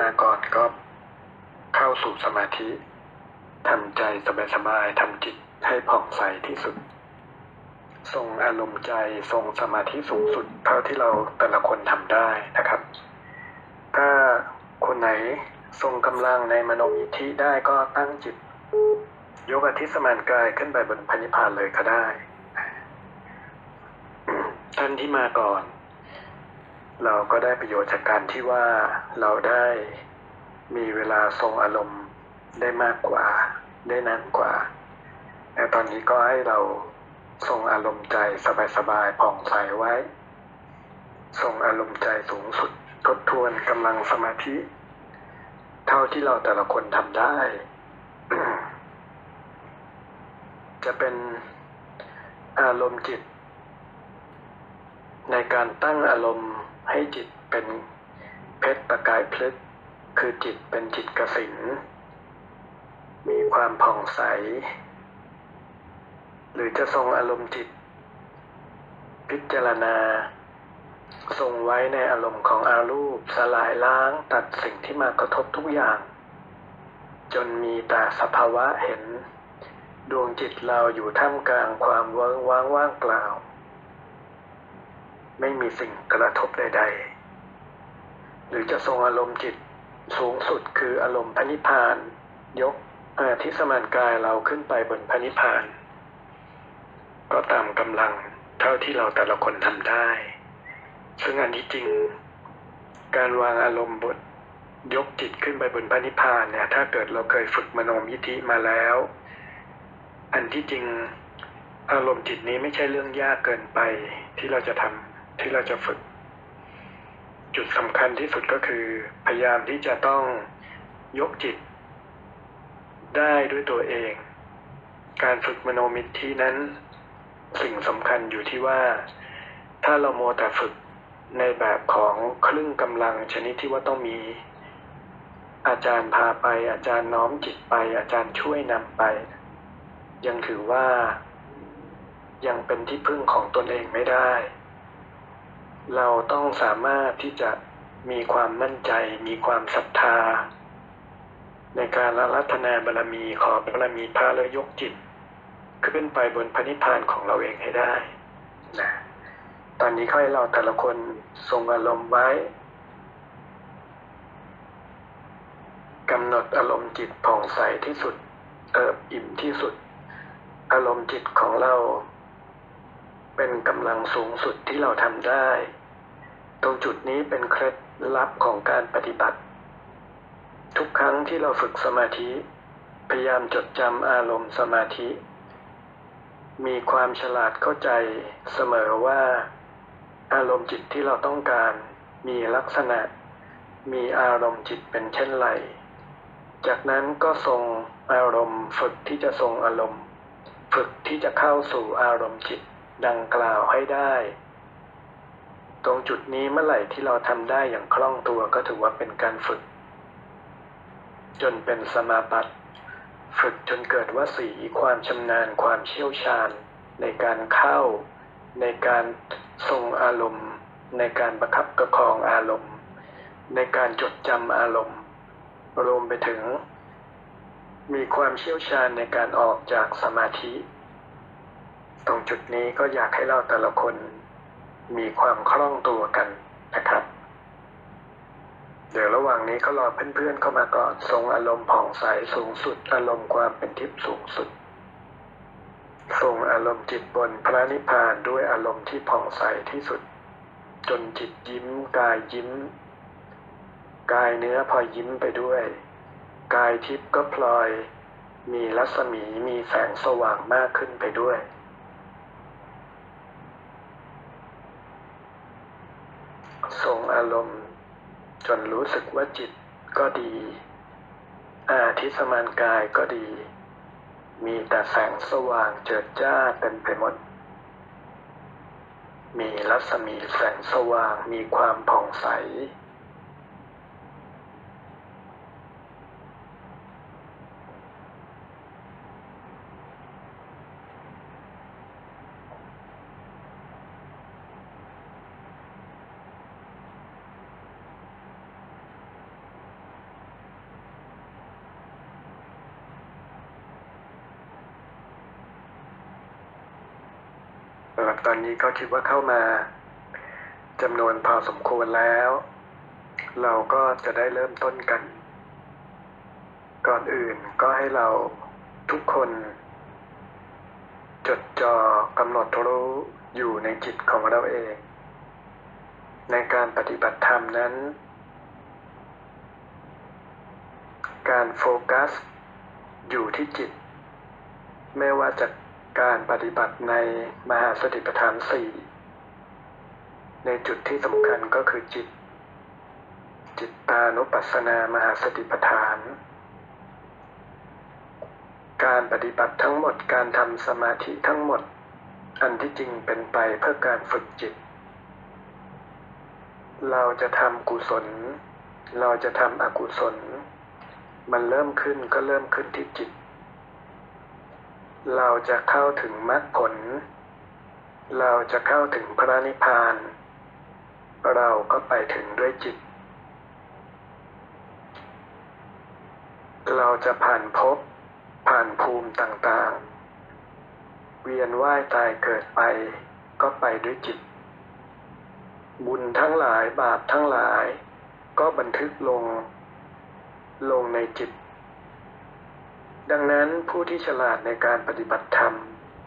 มาก่อนก็เข้าสู่สมาธิทำใจสบายๆทำจิตให้ผ่องใสที่สุดทรงอารมณ์ใจทรงสมาธิสูงสุดเท่าที่เราแต่ละคนทำได้นะครับถ้าคนไหนทรงกำลังในมโนยิทธิได้ก็ตั้งจิตยกอธิสมานกายขึ้นไปบนพระนิพพานเลยก็ได้ท่านที่มาก่อนเราก็ได้ประโยชน์จากการที่ว่าเราได้มีเวลาทรงอารมณ์ได้มากกว่าได้นานกว่าแต่ตอนนี้ก็ให้เราทรงอารมณ์ใจสบายๆผ่องใสไว้ทรงอารมณ์ใจสูงสุดทบทวนกำลังสมาธิเท่าที่เราแต่ละคนทำได้ จะเป็นอารมณ์จิตในการตั้งอารมณ์ให้จิตเป็นเพชรประกายพลึกคือจิตเป็นจิตกสิณมีความผ่องใสหรือจะทรงอารมณ์จิตพิจารณาทรงไว้ในอารมณ์ของอารูปสลายล้างตัดสิ่งที่มากระทบทุกอย่างจนมีแต่สภาวะเห็นดวงจิตเราอยู่ท่ามกลางความเวิ้งว้างว่างเปล่าไม่มีสิ่งกระทบใดๆหรือจะทรงอารมณ์จิตสูงสุดคืออารมณ์พระนิพพานยกอธิสมานกายเราขึ้นไปบนพระนิพพานก็ตามกำลังเท่าที่เราแต่ละคนทำได้ซึ่งอันที่จริงการวางอารมณ์บทยกจิตขึ้นไปบนพระนิพพานเนี่ยถ้าเกิดเราเคยฝึกมโนมยิทธิมาแล้วอันที่จริงอารมณ์จิตนี้ไม่ใช่เรื่องยากเกินไปที่เราจะทำที่เราจะฝึกจุดสำคัญที่สุดก็คือพยายามที่จะต้องยกจิตได้ด้วยตัวเองการฝึกมโนมิทธินั้นสิ่งสำคัญอยู่ที่ว่าถ้าเราโมแต่ฝึกในแบบของครึ่งกำลังชนิดที่ว่าต้องมีอาจารย์พาไปอาจารย์น้อมจิตไปอาจารย์ช่วยนำไปยังถือว่ายังเป็นที่พึ่งของตนเองไม่ได้เราต้องสามารถที่จะมีความมั่นใจมีความศรัทธาในการอาราธนาบารมีขอบารมีพระแล้วยกจิตขึ้นไปบนพระนิพพานของเราเองให้ได้นะตอนนี้ค่อยเราแต่ละคนทรงอารมณ์ไว้กำหนดอารมณ์จิตผ่องใสที่สุดอิ่มที่สุดอารมณ์จิตของเราเป็นกำลังสูงสุดที่เราทำได้ตรงจุดนี้เป็นเคล็ดลับของการปฏิบัติทุกครั้งที่เราฝึกสมาธิพยายามจดจำอารมณ์สมาธิมีความฉลาดเข้าใจเสมอว่าอารมณ์จิตที่เราต้องการมีลักษณะมีอารมณ์จิตเป็นเช่นไรจากนั้นก็ทรงอารมณ์ฝึกที่จะทรงอารมณ์ฝึกที่จะเข้าสู่อารมณ์จิตดังกล่าวให้ได้ตรงจุดนี้เมื่อไหร่ที่เราทำได้อย่างคล่องตัวก็ถือว่าเป็นการฝึกจนเป็นสมาบัติฝึกจนเกิดวสีความชำนาญความเชี่ยวชาญในการเข้าในการทรงอารมณ์ในการประคับประคองอารมณ์ในการจดจำอารมณ์รวมไปถึงมีความเชี่ยวชาญในการออกจากสมาธิตรงจุดนี้ก็อยากให้เราแต่ละคนมีความคล่องตัวกันนะครับเดี๋ยวระหว่างนี้ก็รอเพื่อนๆเข้ามาก่อนทรงอารมณ์ผ่องใสสูงสุดอารมณ์ความเป็นทิพย์สูงสุดทรงอารมณ์จิตบนพระนิพพานด้วยอารมณ์ที่ผ่องใสที่สุดจนจิตยิ้มกายยิ้มกายเนื้อพลอยยิ้มไปด้วยกายทิพย์ก็พลอยมีรัศมีมีแสงสว่างมากขึ้นไปด้วยทรงอารมณ์จนรู้สึกว่าจิตก็ดีอาทิสมานกายก็ดีมีแต่แสงสว่างเจิดจ้าเต็มไปหมดมีรัศมีแสงสว่างมีความผ่องใสตอนนี้ก็คิดว่าเข้ามาจำนวนพอสมควรแล้ว เราก็จะได้เริ่มต้นกัน ก่อนอื่นก็ให้เราทุกคนจดจ่อกำหนดรู้อยู่ในจิตของเราเอง ในการปฏิบัติธรรมนั้น การโฟกัสอยู่ที่จิตไม่ว่าจะการปฏิบัติในมหาสติปัฏฐานสี่ในจุดที่สำคัญก็คือจิตตานุปัสสนามหาสติปัฏฐานการปฏิบัติทั้งหมดการทำสมาธิทั้งหมดอันที่จริงเป็นไปเพื่อการฝึกจิตเราจะทำกุศลเราจะทำอกุศลมันเริ่มขึ้นก็เริ่มขึ้นที่จิตเราจะเข้าถึงมรรคผลเราจะเข้าถึงพระนิพพานเราก็ไปถึงด้วยจิตเราจะผ่านภพผ่านภูมิต่างๆเวียนว่ายตายเกิดไปก็ไปด้วยจิตบุญทั้งหลายบาปทั้งหลายก็บันทึกลงในจิตดังนั้นผู้ที่ฉลาดในการปฏิบัติธรรม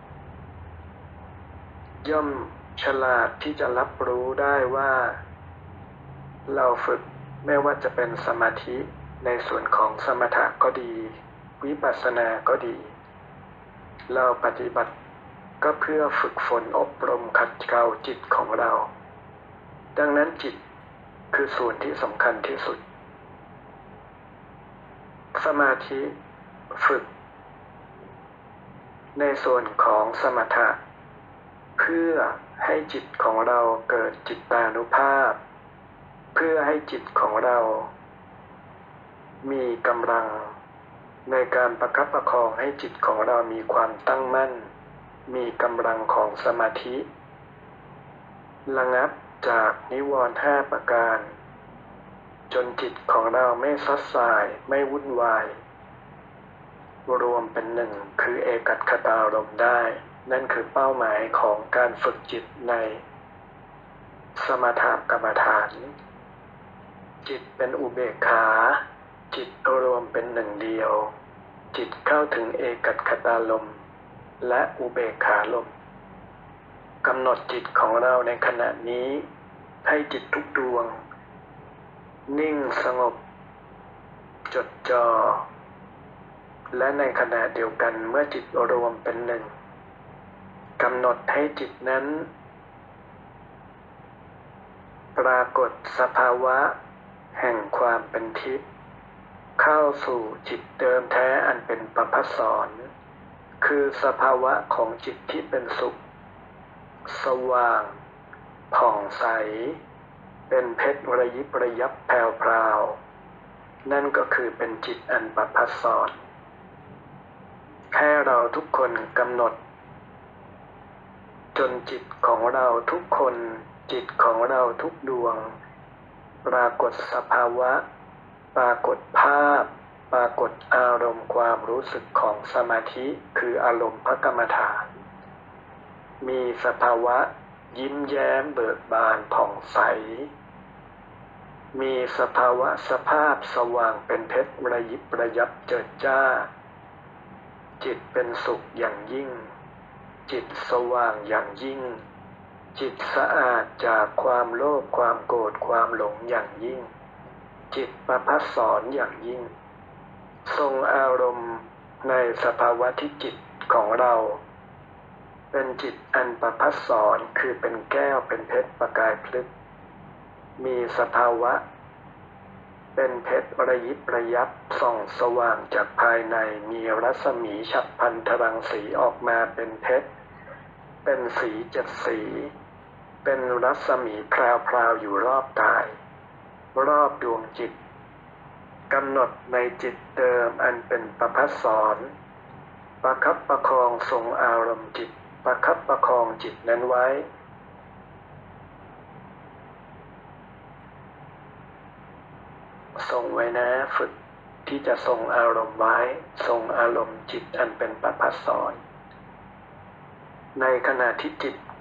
ย่อมฉลาดที่จะรับรู้ได้ว่าเราฝึกไม่ว่าจะเป็นสมาธิในส่วนของสมถะก็ดีวิปัสสนาก็ดีเราปฏิบัติก็เพื่อฝึกฝนอบรมขัดเกลาจิตของเราดังนั้นจิตคือส่วนที่สำคัญที่สุดสมาธิฝึกในส่วนของสมถะเพื่อให้จิตของเราเกิดจิตตานุภาพเพื่อให้จิตของเรามีกำลังในการประคับประคองให้จิตของเรามีความตั้งมั่นมีกำลังของสมาธิระงับจากนิวรณ์5ประการจนจิตของเราไม่ซัดสายไม่วุ่นวายรวมเป็นหนึ่งคือเอกัคคตารมณ์ได้นั่นคือเป้าหมายของการฝึกจิตในสมถกรรมฐานจิตเป็นอุเบกขาจิตรวมเป็นหนึ่งเดียวจิตเข้าถึงเอกัคคตารมณ์และอุเบกขาลมกำหนดจิตของเราในขณะนี้ให้จิตทุกดวงนิ่งสงบจดจ่อและในขณะเดียวกันเมื่อจิตรวมเป็นหนึ่งกำหนดให้จิตนั้นปรากฏสภาวะแห่งความเป็นทิพย์เข้าสู่จิตเดิมแท้อันเป็นประภัสสรคือสภาวะของจิตที่เป็นสุขสว่างผ่องใสเป็นเพชรระยิบระยับแพรวๆนั่นก็คือเป็นจิตอันประภัสสรให้เราทุกคนกำหนดจนจิตของเราทุกคนจิตของเราทุกดวงปรากฏสภาวะปรากฏภาพปรากฏอารมณ์ความรู้สึกของสมาธิคืออารมณ์พระกรรมฐานมีสภาวะยิ้มแย้มเบิกบานผ่องใสมีสภาวะสภาพสว่างเป็นเพชรระยิบระยับเจิดจ้าจิตเป็นสุขอย่างยิ่งจิตสว่างอย่างยิ่งจิตสะอาดจากความโลภความโกรธความหลงอย่างยิ่งจิตประภัสสรอย่างยิ่งทรงอารมณ์ในสภาวะที่จิตของเราเป็นจิตอันประภัสสรคือเป็นแก้วเป็นเพชรประกายพลึกมีสภาวะเป็นเพชรระยิบระยับส่องสว่างจากภายในมีรัศมีฉับพลันทรังสีออกมาเป็นเพชรเป็นสี7สีเป็นรัศมีพราวๆอยู่รอบกายรอบดวงจิตกำหนดในจิตเดิมอันเป็นประภัสสรประคับประคองทรงอารมณ์จิตประคับประคองจิตนั้นไว้ทรงไว้นะฝึกที่จะทรงอารมณ์ไว้ทรงอารมณ์จิตอันเป็นประภัสสรในขณะที่จิต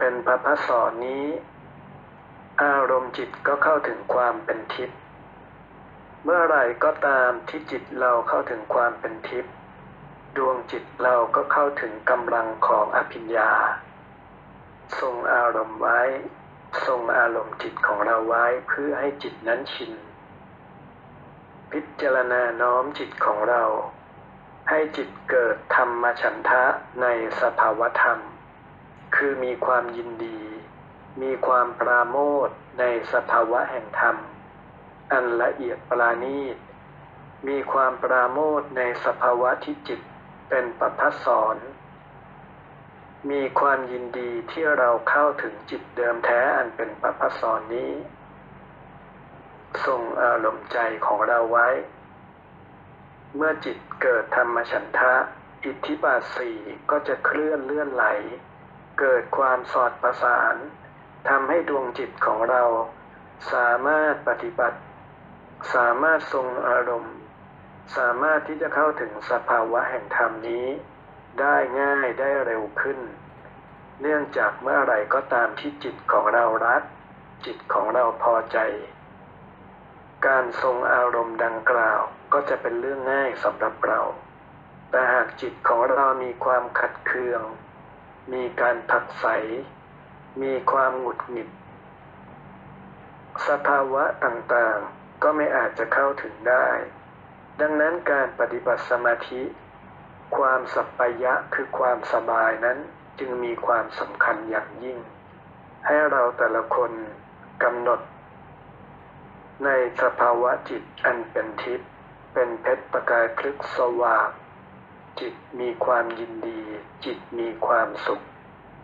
เป็นประภัสสรนี้อารมณ์จิตก็เข้าถึงความเป็นทิพย์เมื่อไหร่ก็ตามที่จิตเราเข้าถึงความเป็นทิพย์ดวงจิตเราก็เข้าถึงกำลังของอภิญญาทรงอารมณ์ไว้ทรงอารมณ์จิตของเราไว้เพื่อให้จิตนั้นชินพิจารณาน้อมจิตของเราให้จิตเกิดธรรมฉันทะในสภาวธรรมคือมีความยินดีมีความปราโมทย์ในสภาวะแห่งธรรมอันละเอียดปราณีตมีความปราโมทย์ในสภาวะที่จิตเป็นประภัสสรมีความยินดีที่เราเข้าถึงจิตเดิมแท้อันเป็นประภัสสรนี้ทรงอารมณ์ใจของเราไว้เมื่อจิตเกิดธรรมฉันทะอิทธิบาทสี่ก็จะเคลื่อนเลื่อนไหลเกิดความสอดประสานทำให้ดวงจิตของเราสามารถปฏิบัติสามารถทรงอารมณ์สามารถที่จะเข้าถึงสภาวะแห่งธรรมนี้ได้ง่ายได้เร็วขึ้นเนื่องจากเมื่อไหร่ก็ตามที่จิตของเรารักจิตของเราพอใจการทรงอารมณ์ดังกล่าวก็จะเป็นเรื่องง่ายสำหรับเราแต่หากจิตของเรามีความขัดเคืองมีการผักใสมีความหงุดหงิดสภาวะต่างๆก็ไม่อาจจะเข้าถึงได้ดังนั้นการปฏิบัติสมาธิความสัปปายะคือความสบายนั้นจึงมีความสำคัญอย่างยิ่งให้เราแต่ละคนกำหนดในสภาวะจิตอันเป็นทิพย์เป็นเพชรประกายพลึกสว่างจิตมีความยินดีจิตมีความสุข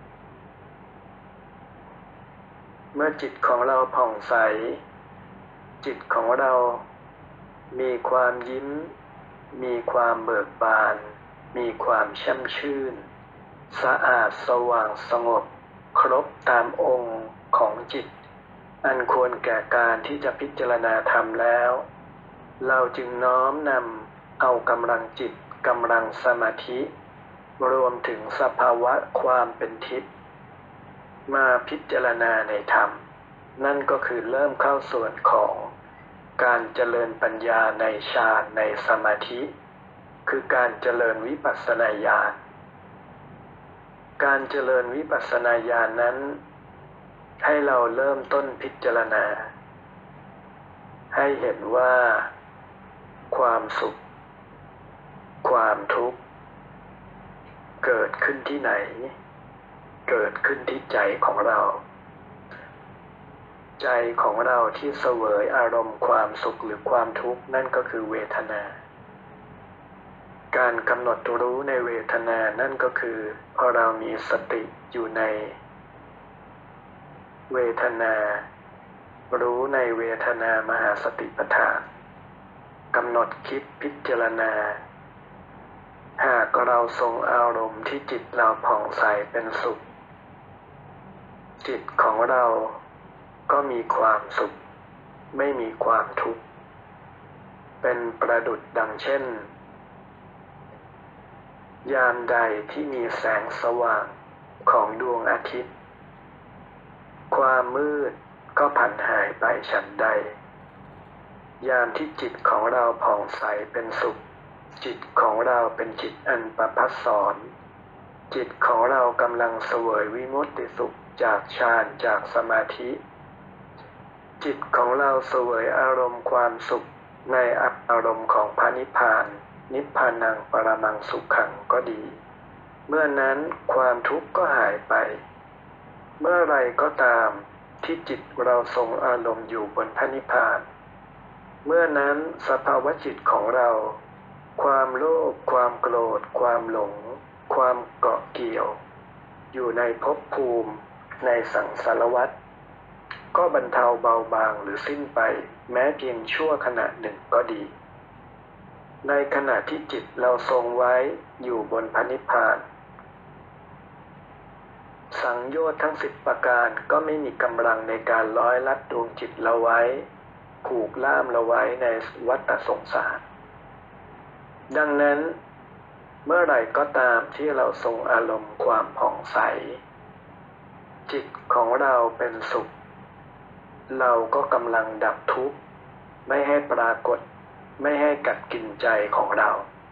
เมื่อจิตของเราผ่องใสจิตของเรามีความยิ้มมีความเบิกบานมีความแช่มชื่นสะอาดสว่างสงบครบตามองค์ของจิตอันควรแก่การที่จะพิจารณาธรรมแล้วเราจึงน้อมนำเอากำลังจิตกำลังสมาธิรวมถึงสภาวะความเป็นทิพย์มาพิจารณาในธรรมนั่นก็คือเริ่มเข้าส่วนของการเจริญปัญญาในฌานในสมาธิคือการเจริญวิปัสสนาญาณการเจริญวิปัสสนาญาณนั้นให้เราเริ่มต้นพิจารณาให้เห็นว่าความสุขความทุกข์เกิดขึ้นที่ไหนเกิดขึ้นที่ใจของเราใจของเราที่เสวยอารมณ์ความสุขหรือความทุกข์นั่นก็คือเวทนาการกำหนดรู้ในเวทนานั่นก็คือพอเรามีสติอยู่ในเวทนารู้ในเวทนามหาสติปัฏฐานกำหนดคิดพิจารณาหากเราทรงอารมณ์ที่จิตเราผ่องใสเป็นสุขจิตของเราก็มีความสุขไม่มีความทุกข์เป็นประดุจดังเช่นยามใดที่มีแสงสว่างของดวงอาทิตย์ความมืดก็ผันหายไปฉันใดยามที่จิตของเราผ่องใสเป็นสุขจิตของเราเป็นจิตอันประภัสสรจิตของเรากำลังเสวยวิมุตติสุขจากฌานจากสมาธิจิตของเราเสวยอารมณ์ความสุขในอารมณ์ของพระนิพพานนิพพานังปรมังสุขขังก็ดีเมื่อนั้นความทุกข์ก็หายไปเมื่อไรก็ตามที่จิตเราทรงอารมณ์อยู่บนพระนิพพานเมื่อนั้นสภาวะจิตของเราความโลภความโกรธความหลงความเกาะเกี่ยวอยู่ในภพภูมิในสังสารวัฏก็บรรเทาเบาบางหรือสิ้นไปแม้เพียงชั่วขณะหนึ่งก็ดีในขณะที่จิตเราทรงไว้อยู่บนพระนิพพานสังโยชน์ทั้ง10ประการก็ไม่มีกำลังในการร้อยลัดดวงจิตเราไว้ผูกล่ามเราไว้ในวัฏสงสารดังนั้นเมื่อไหร่ก็ตามที่เราทรงอารมณ์ความผ่องใสจิตของเราเป็นสุขเราก็กำลังดับทุกข์ไม่ให้ปรากฏไม่ให้กัดกินใจของเรา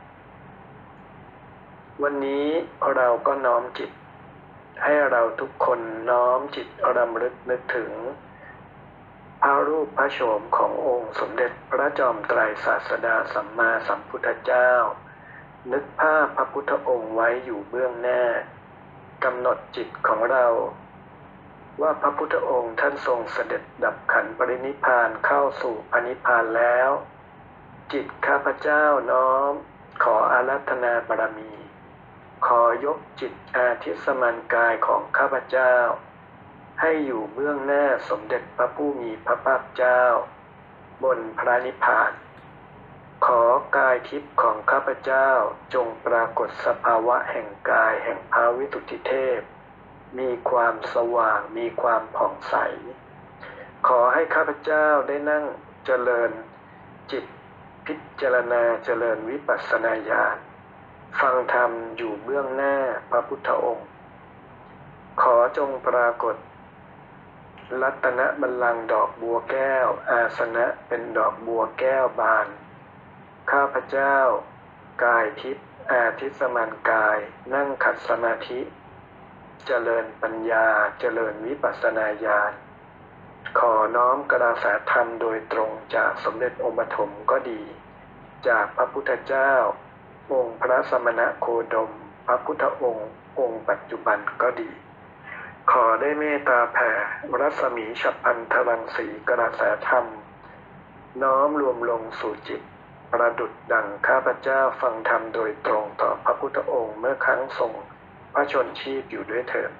วันนี้เราก็น้อมจิตให้เราทุกคนน้อมจิตรำลึกนึกถึงพระรูปพระโฉมขององค์สมเด็จพระจอมไตรศาสดาสัมมาสัมพุทธเจ้านึกภาพพระพุทธองค์ไว้อยู่เบื้องหน้ากำหนดจิตของเราว่าพระพุทธองค์ท่านทรงเสด็จดับขันธ์ปรินิพพานเข้าสู่พระนิพพานแล้วจิตข้าพเจ้าน้อมขออาราธนาบารมีขอยกจิตอาทิสมานกายของข้าพเจ้าให้อยู่เบื้องหน้าสมเด็จพระผู้มีพระภาคเจ้าบนพระนิพพานขอกายทิพย์ของข้าพเจ้าจงปรากฏสภาวะแห่งกายแห่งพระวิสุทธิเทพมีความสว่างมีความผ่องใสขอให้ข้าพเจ้าได้นั่งเจริญจิตพิจารณาเจริญวิปัสสนาญาณฟังธรรมอยู่เบื้องหน้าพระพุทธองค์ขอจงปรากฏรัตนบัลลังก์ดอกบัวแก้วอาสนะเป็นดอกบัวแก้วบานข้าพเจ้ากายทิพย์อาทิสมานกายนั่งขัดสมาธิเจริญปัญญาเจริญวิปัสสนาญาณขอน้อมกระแสธรรมโดยตรงจากสมเด็จองค์ปฐมก็ดีจากพระพุทธเจ้าองค์พระสมณโคดมพระพุทธองค์องค์ปัจจุบันก็ดีขอได้เมตตาแผ่รัศมีฉัพพันธรังสีกระแสธรรมน้อมรวมลงสู่จิตประดุจดังข้าพเจ้าฟังธรรมโดยตรงต่อพระพุทธองค์เมื่อครั้งทรงพระชนชีพอยู่ด้วยเถิด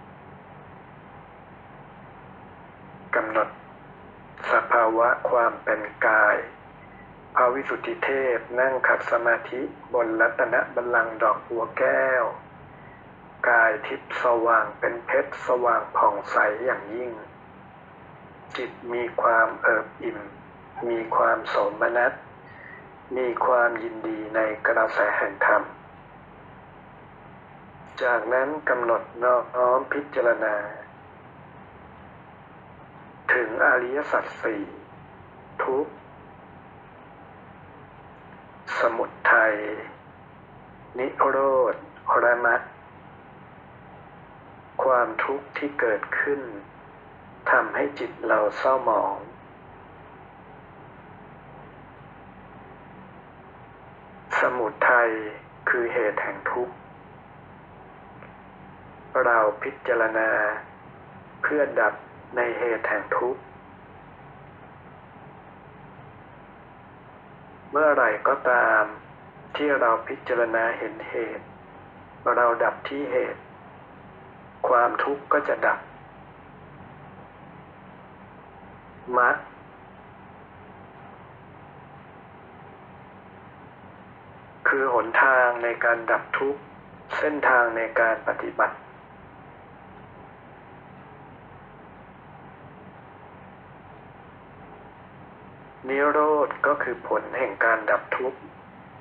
กำหนดสภาวะความเป็นกายพระวิสุทธิเทพนั่งขัดสมาธิบนรัตนบัลลังก์ดอกบัวแก้วกายทิพย์สว่างเป็นเพชรสว่างผ่องใสอย่างยิ่งจิตมีความเอิบอิ่มมีความโสมนัสมีความยินดีในกระแสแห่งธรรมจากนั้นกำหนดน้อมพิจารณาถึงอริยสัจสี่ทุกข์สมุทัยนิโรธและมรรคความทุกข์ที่เกิดขึ้นทำให้จิตเราเศร้าหมองสมุทัยคือเหตุแห่งทุกข์เราพิจารณาเพื่อดับในเหตุแห่งทุกข์เมื่อไหร่ก็ตามที่เราพิจารณาเห็นเหตุเราดับที่เหตุความทุกข์ก็จะดับมรรคคือหนทางในการดับทุกข์เส้นทางในการปฏิบัตินิโรธก็คือผลแห่งการดับทุกข์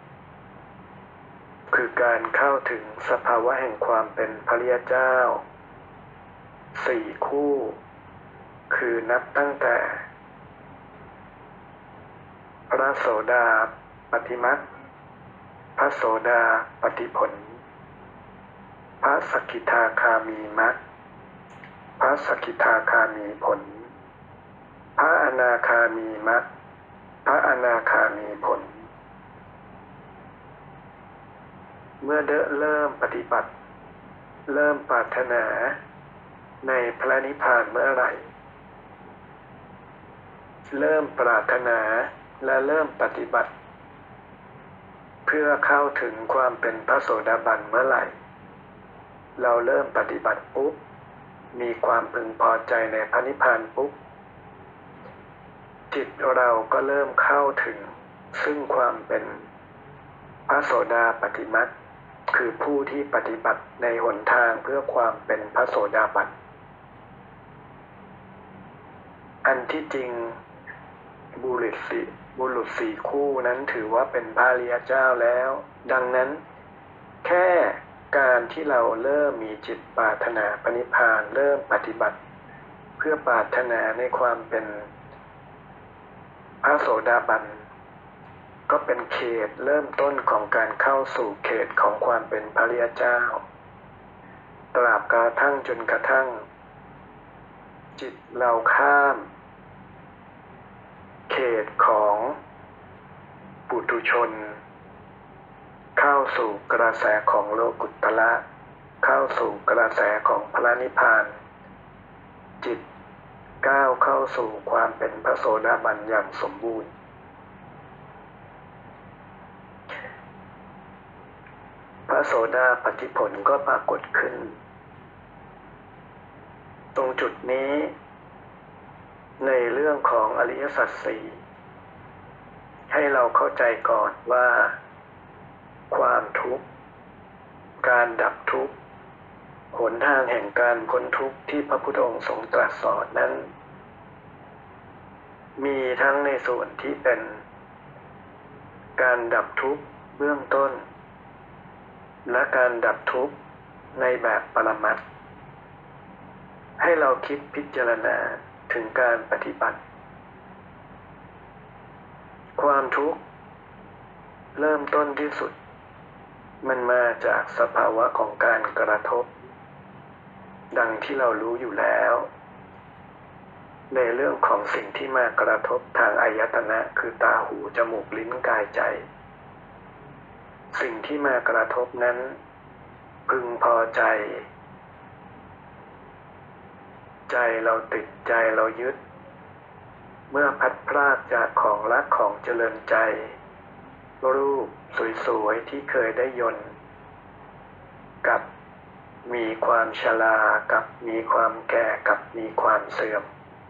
คือการเข้าถึงสภาวะแห่งความเป็นพระริยเจ้าสี่คู่คือนับตั้งแต่พระโสดาปัตติมรรคพระโสดาปัตติผลพระสกิทาคามีมรรคพระสกิทาคามีผลพระอนาคามีมรรคพระอนาคามีผลเมื่อเริ่มปฏิบัติเริ่มปรารถนาในพระนิพพานเมื่อไหร่เริ่มปรารถนาและเริ่มปฏิบัติเพื่อเข้าถึงความเป็นพระโสดาบันเมื่อไหร่เราเริ่มปฏิบัติปุ๊บมีความพึงพอใจในพระนิพพานปุ๊บจิตเราก็เริ่มเข้าถึงซึ่งความเป็นพระโสดาปัตติมรรคคือผู้ที่ปฏิบัติในหนทางเพื่อความเป็นพระโสดาบันอันที่จริงบุรุษสี่คู่นั้นถือว่าเป็นพระอริยเจ้าแล้วดังนั้นแค่การที่เราเริ่มมีจิตปรารถนาพระนิพพานเริ่มปฏิบัติเพื่อปรารถนาในความเป็นพระโสดาบันก็เป็นเขตเริ่มต้นของการเข้าสู่เขตของความเป็นพระริยเจ้าตราบกระทั่งจนกระทั่งจิตเราข้ามเขตของปุถุชนเข้าสู่กระแสของโลกุตตระเข้าสู่กระแสของพระนิพพานจิตก้าวเข้าสู่ความเป็นพระโสดาบันอย่างสมบูรณ์พระโสดาปัตติผลก็ปรากฏขึ้นตรงจุดนี้ในเรื่องของอริยสัจสี่ให้เราเข้าใจก่อนว่าความทุกข์การดับทุกข์หนทางแห่งการพ้นทุกข์ที่พระพุทธองค์ทรงตรัสสอนนั้นมีทั้งในส่วนที่เป็นการดับทุกข์เบื้องต้นและการดับทุกข์ในแบบปรมัตถ์ให้เราคิดพิจารณาถึงการปฏิบัติความทุกข์เริ่มต้นที่สุดมันมาจากสภาวะของการกระทบดังที่เรารู้อยู่แล้วในเรื่องของสิ่งที่มากระทบทางอายตนะคือตาหูจมูกลิ้นกายใจสิ่งที่มากระทบนั้นพึงพอใจใจเราติดใจเรายึดเมื่อพัดพรากจากของรักของเจริญใจรูปสวยๆที่เคยได้ยนต์กับมีความชรากับมีความแก่กับมีความเสื่อม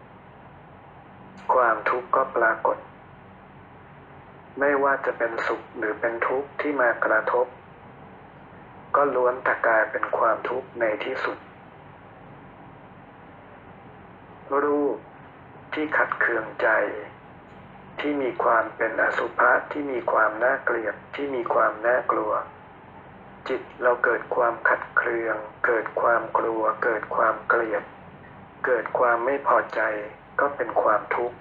ความทุกข์ก็ปรากฏไม่ว่าจะเป็นสุขหรือเป็นทุกข์ที่มากระทบก็ล้วนแต่กลายเป็นความทุกข์ในที่สุดรูปที่ขัดเคืองใจที่มีความเป็นอสุภะที่มีความน่าเกลียดที่มีความน่ากลัวจิตเราเกิดความขัดเคืองเกิดความกลัวเกิดความเกลียดเกิดความไม่พอใจก็เป็นความทุกข์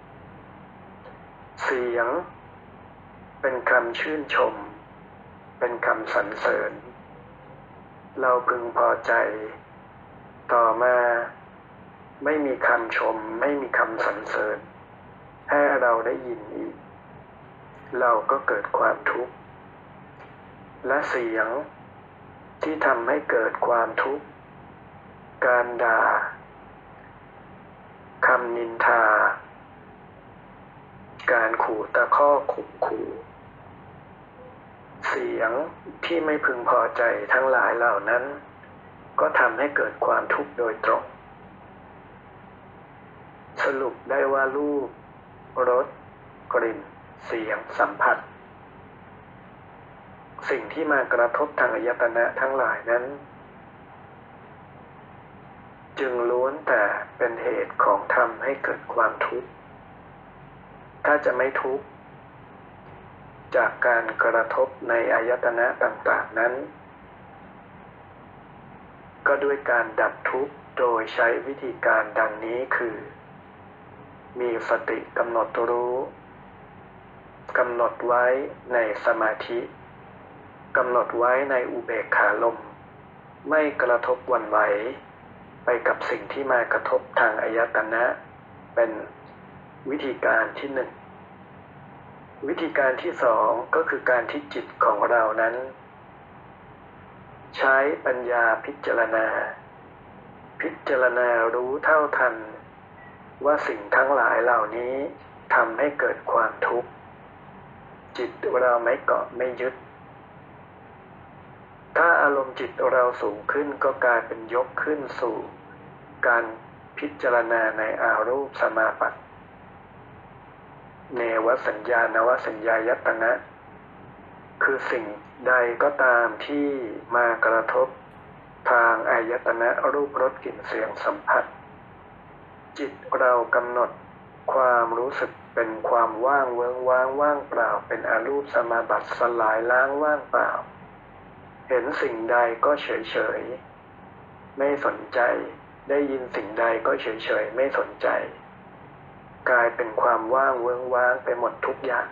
เสียงเป็นคำชื่นชมเป็นคำสรรเสริญเราพึงพอใจต่อมาไม่มีคำชมไม่มีคำสรรเสริญให้เราได้ยินอีกเราก็เกิดความทุกข์และเสียงที่ทำให้เกิดความทุกข์การด่าคำนินทาการขู่ตะคอกข่มขู่เสียงที่ไม่พึงพอใจทั้งหลายเหล่านั้นก็ทำให้เกิดความทุกข์โดยตรงสรุปได้ว่ารูปรสกลิ่นเสียงสัมผัสสิ่งที่มากระทบทางอายตนะทั้งหลายนั้นจึงล้วนแต่เป็นเหตุของทำให้เกิดความทุกข์ถ้าจะไม่ทุกข์จากการกระทบในอายตนะต่างๆนั้นก็ด้วยการดับทุกข์โดยใช้วิธีการดังนี้คือมีสติกำหนดรู้กำหนดไว้ในสมาธิกำหนดไว้ในอุเบกขาลมไม่กระทบหวั่นไหวไปกับสิ่งที่มากระทบทางอายตนะเป็นวิธีการที่หนึ่งวิธีการที่สองก็คือการที่จิตของเรานั้นใช้ปัญญาพิจารณารู้เท่าทันว่าสิ่งทั้งหลายเหล่านี้ทำให้เกิดความทุกข์จิตเราไม่เกาะไม่ยึดถ้าอารมณ์จิตเราสูงขึ้นก็กลายเป็นยกขึ้นสู่การพิจารณาในอารูปสมาปัฏฐิเนวสัญญานวสัญญายตนะคือสิ่งใดก็ตามที่มากระทบทางอายตนะรูปรสกลิ่นเสียงสัมผัสจิตเรากำหนดความรู้สึกเป็นความว่างเวิ้งว้างว่างเปล่าเป็นอารูปสมาบัติสลายล้างว่างเปล่าเห็นสิ่งใดก็เฉยๆไม่สนใจได้ยินสิ่งใดก็เฉยๆไม่สนใจกลายเป็นความว่างเวิ้งว้างไปหมดทุกอย่าง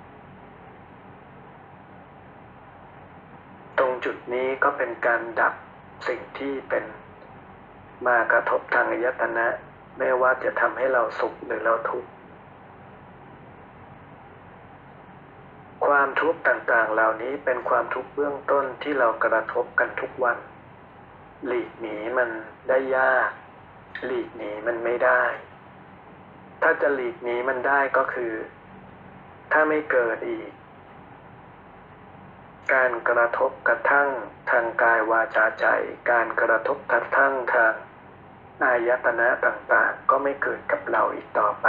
ตรงจุดนี้ก็เป็นการดับสิ่งที่เป็นมากระทบทางอายตนะไม่ว่าจะทำให้เราสุขหรือเราทุกข์ความทุกข์ต่างๆเหล่านี้เป็นความทุกข์เบื้องต้นที่เรากระทบกันทุกวันหลีกหนีมันได้ยากหลีกหนีมันไม่ได้ถ้าจะหลีกหนีมันได้ก็คือถ้าไม่เกิดอีกการกระทบกระทั่งทางกายวาจาใจการกระทบกระทั่งทางอายตนะต่างๆก็ไม่เกิดกับเราอีกต่อไป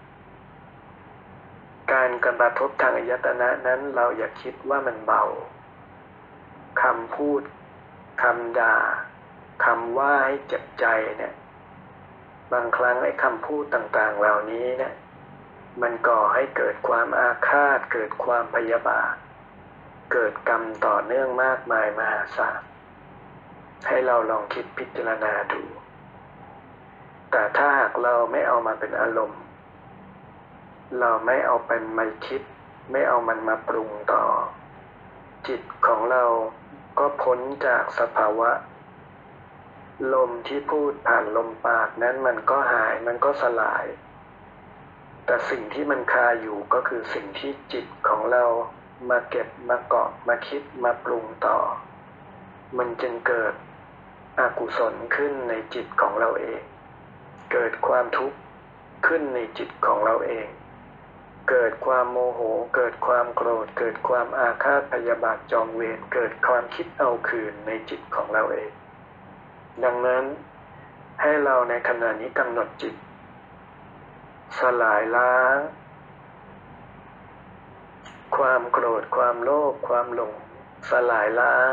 การกระทบทางอายตนะนั้นเราอย่าคิดว่ามันเบาคำพูดคำด่าคำว่าให้เจ็บใจเนี่ยบางครั้งไอ้คำพูดต่างๆเหล่านี้เนี่ยมันก่อให้เกิดความอาฆาตเกิดความพยาบาทเกิดกรรมต่อเนื่องมากมายมหาศาลให้เราลองคิดพิจารณาดูแต่ถ้าหากเราไม่เอามาเป็นอารมณ์เราไม่เอาเป็นมาคิดไม่เอามันมาปรุงต่อจิตของเราก็พ้นจากสภาวะลมที่พูดผ่านลมปากนั้นมันก็หายมันก็สลายแต่สิ่งที่มันคาอยู่ก็คือสิ่งที่จิตของเรามาเก็บมาเกาะมาคิดมาปรุงต่อมันจึงเกิดอกุศลขึ้นในจิตของเราเองเกิดความทุกข์ขึ้นในจิตของเราเองเกิดความโมโหเกิดความโกรธเกิดความอาฆาตพยาบาทจองเวรเกิดความคิดเอาคืนในจิตของเราเองดังนั้นให้เราในขณะนี้กำหนดจิตสลายล้างความโกรธความโลภความหลงสลายล้าง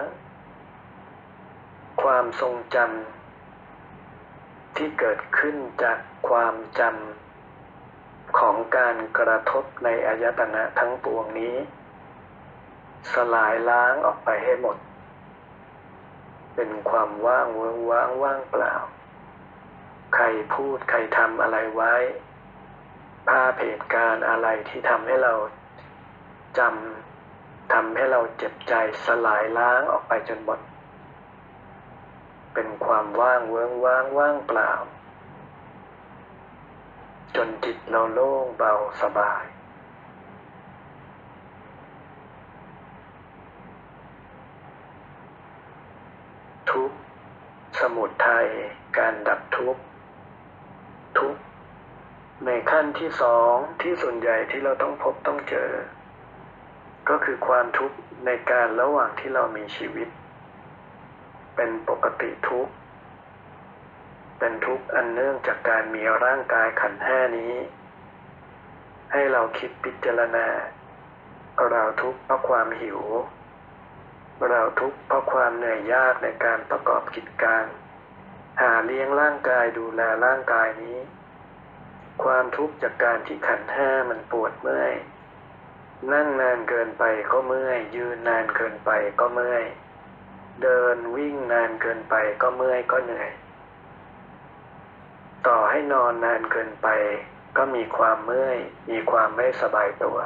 ความทรงจำที่เกิดขึ้นจากความจำของการกระทบในอายตนะทั้งปวงนี้สลายล้างออกไปให้หมดเป็นความว่างเวิ้งว้างว่างเปล่าใครพูดใครทำอะไรไว้ภาพเหตุการณ์อะไรที่ทำให้เราจำทำให้เราเจ็บใจสลายล้างออกไปจนหมดเป็นความว่างเวิ้งว้างว่างเปล่าจนจิตเราโล่งเบาสบายทุกข์สมุทัยการดับทุกข์ทุกข์ในขั้นที่สองที่ส่วนใหญ่ที่เราต้องพบต้องเจอก็คือความทุกข์ในการระหว่างที่เรามีชีวิตเป็นปกติทุกข์เป็นทุกข์อันเนื่องจากการมีร่างกายขันธ์ห้านี้ให้เราคิดพิจารณาเราทุกข์เพราะความหิวเราทุกข์เพราะความเหนื่อยยากในการประกอบกิจการหาเลี้ยงร่างกายดูแลร่างกายนี้ความทุกข์จากการที่ขันธ์ห้ามันปวดเมื่อยนั่งนานเกินไปก็เมื่อยยืนนานเกินไปก็เมื่อยเดินวิ่งนานเกินไปก็เมื่อยก็เหนื่อยต่อให้นอนนานเกินไปก็มีความเมื่อยมีความไม่สบายตัว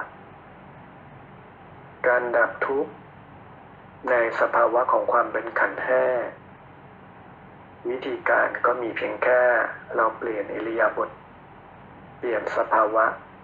การดับทุกข์ในสภาวะของความเป็นขันธ์ห้าวิธีการก็มีเพียงแค่เราเปลี่ยนอิริยาบถเปลี่ยนสภาวะ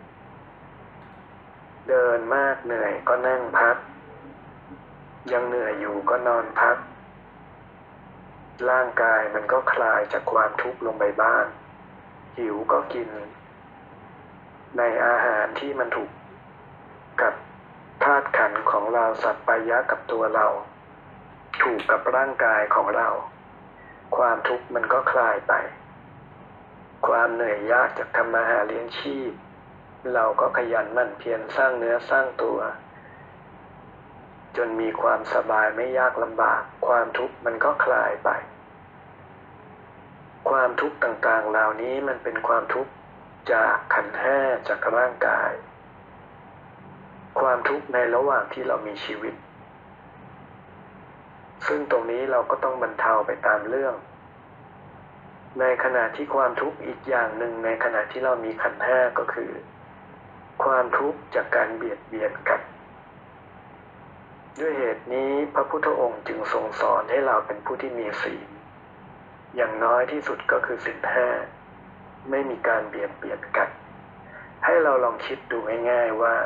เดินมากเหนื่อยก็นั่งพักยังเหนื่อยอยู่ก็นอนพักร่างกายมันก็คลายจากความทุกข์ลงไปบ้างหิวก็กินในอาหารที่มันถูกกับธาตุขันธ์ของเราสัพพายะกับตัวเราถูกกับร่างกายของเราความทุกข์มันก็คลายไปความเหนื่อยยากจากทำมาหาเลี้ยงชีพเราก็ขยันหมั่นเพียรสร้างเนื้อสร้างตัวจนมีความสบายไม่ยากลำบากความทุกข์มันก็คลายไปความทุกข์ต่างๆเหล่านี้มันเป็นความทุกข์จากขันธ์ห้าจากร่างกายความทุกข์ในระหว่างที่เรามีชีวิตซึ่งตรงนี้เราก็ต้องบรรเทาไปตามเรื่องในขณะที่ความทุกข์อีกอย่างหนึ่งในขณะที่เรามีขันธ์ห้าก็คือความทุกข์จากการเบียดเบียนกันด้วยเหตุนี้พระพุทธองค์จึงทรงสอนให้เราเป็นผู้ที่มีศีลอย่างน้อยที่สุดก็คือศีลห้าไม่มีการเบียดเบียนกันให้เราลองคิดดูง่ายๆว่า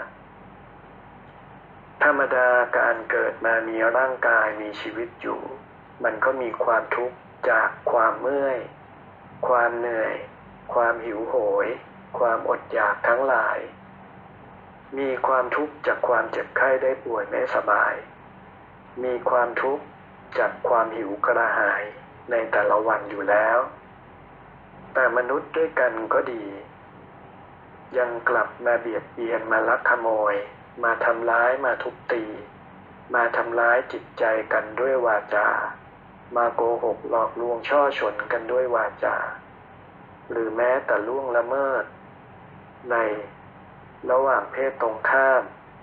ธรรมดาการเกิดมามีร่างกายมีชีวิตอยู่มันก็มีความทุกข์จากความเมื่อยความเหนื่อยความหิวโหยความอดอยากทั้งหลายมีความทุกข์จากความเจ็บไข้ได้ป่วยไม่สบายมีความทุกข์จากความหิวกระหายในแต่ละวันอยู่แล้วแต่มนุษย์ด้วยกันก็ดียังกลับมาเบียดเบียนมาลักขโมยมาทำร้ายมาทุบตีมาทำร้ายจิตใจกันด้วยวาจามาโกหกหลอกลวงช่อฉนกันด้วยวาจาหรือแม้แต่ล่วงละเมิดในระหว่างเพศตรงข้าม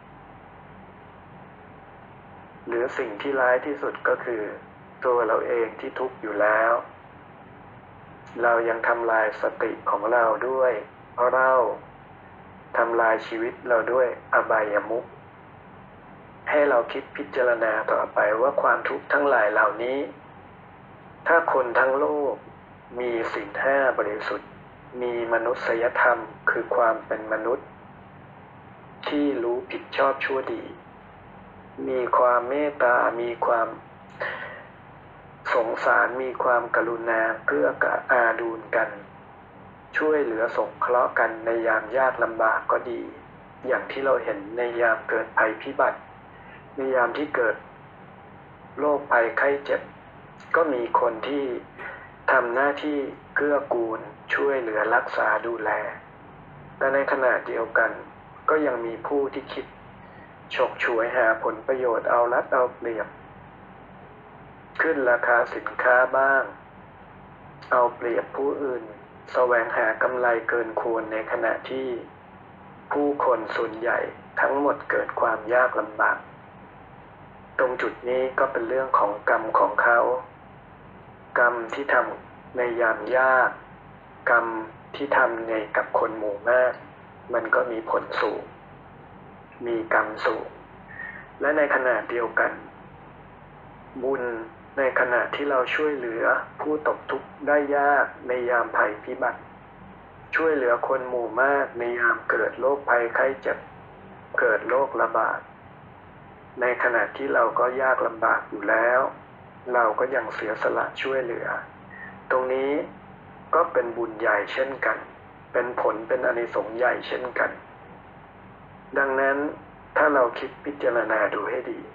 หรือสิ่งที่ร้ายที่สุดก็คือตัวเราเองที่ทุกข์อยู่แล้วเรายังทำลายสติของเราด้วยเพราะเราทำลายชีวิตเราด้วยอบายมุขให้เราคิดพิจารณาต่อไปว่าความทุกข์ทั้งหลายเหล่านี้ถ้าคนทั้งโลกมีศีลห้าบริสุทธิ์มีมนุษยธรรมคือความเป็นมนุษย์ที่รู้ผิดชอบชั่วดีมีความเมตตามีความสงสารมีความกรุณาเกื้ออาดูลกันช่วยเหลือสงเคราะห์กันในยามยากลำบากก็ดีอย่างที่เราเห็นในยามเกิดภัยพิบัติในยามที่เกิดโรคภัยไข้เจ็บก็มีคนที่ทำหน้าที่เกื้อกูลช่วยเหลือรักษาดูแลแต่ในขณะเดียวกันก็ยังมีผู้ที่คิดฉกฉวยหาผลประโยชน์เอารัดเอาเปรียบขึ้นราคาสินค้าบ้างเอาเปรียบผู้อื่นแสวงหากำไรเกินควรในขณะที่ผู้คนส่วนใหญ่ทั้งหมดเกิดความยากลำบากตรงจุดนี้ก็เป็นเรื่องของกรรมของเขากรรมที่ทำในยามยากกรรมที่ทำในกับคนหมู่มากมันก็มีผลสูงมีกรรมสูงและในขณะเดียวกันบุญในขณะที่เราช่วยเหลือผู้ตกทุกข์ได้ยากในยามภัยพิบัติช่วยเหลือคนหมู่มากในยามเกิดโรคภัยไข้เจ็บเกิดโรคระบาดในขณะที่เราก็ยากลำบากอยู่แล้วเราก็ยังเสียสละช่วยเหลือตรงนี้ก็เป็นบุญใหญ่เช่นกันเป็นผลเป็นอานิสงส์ใหญ่เช่นกันดังนั้นถ้าเราคิดพิจารณาดูให้ดี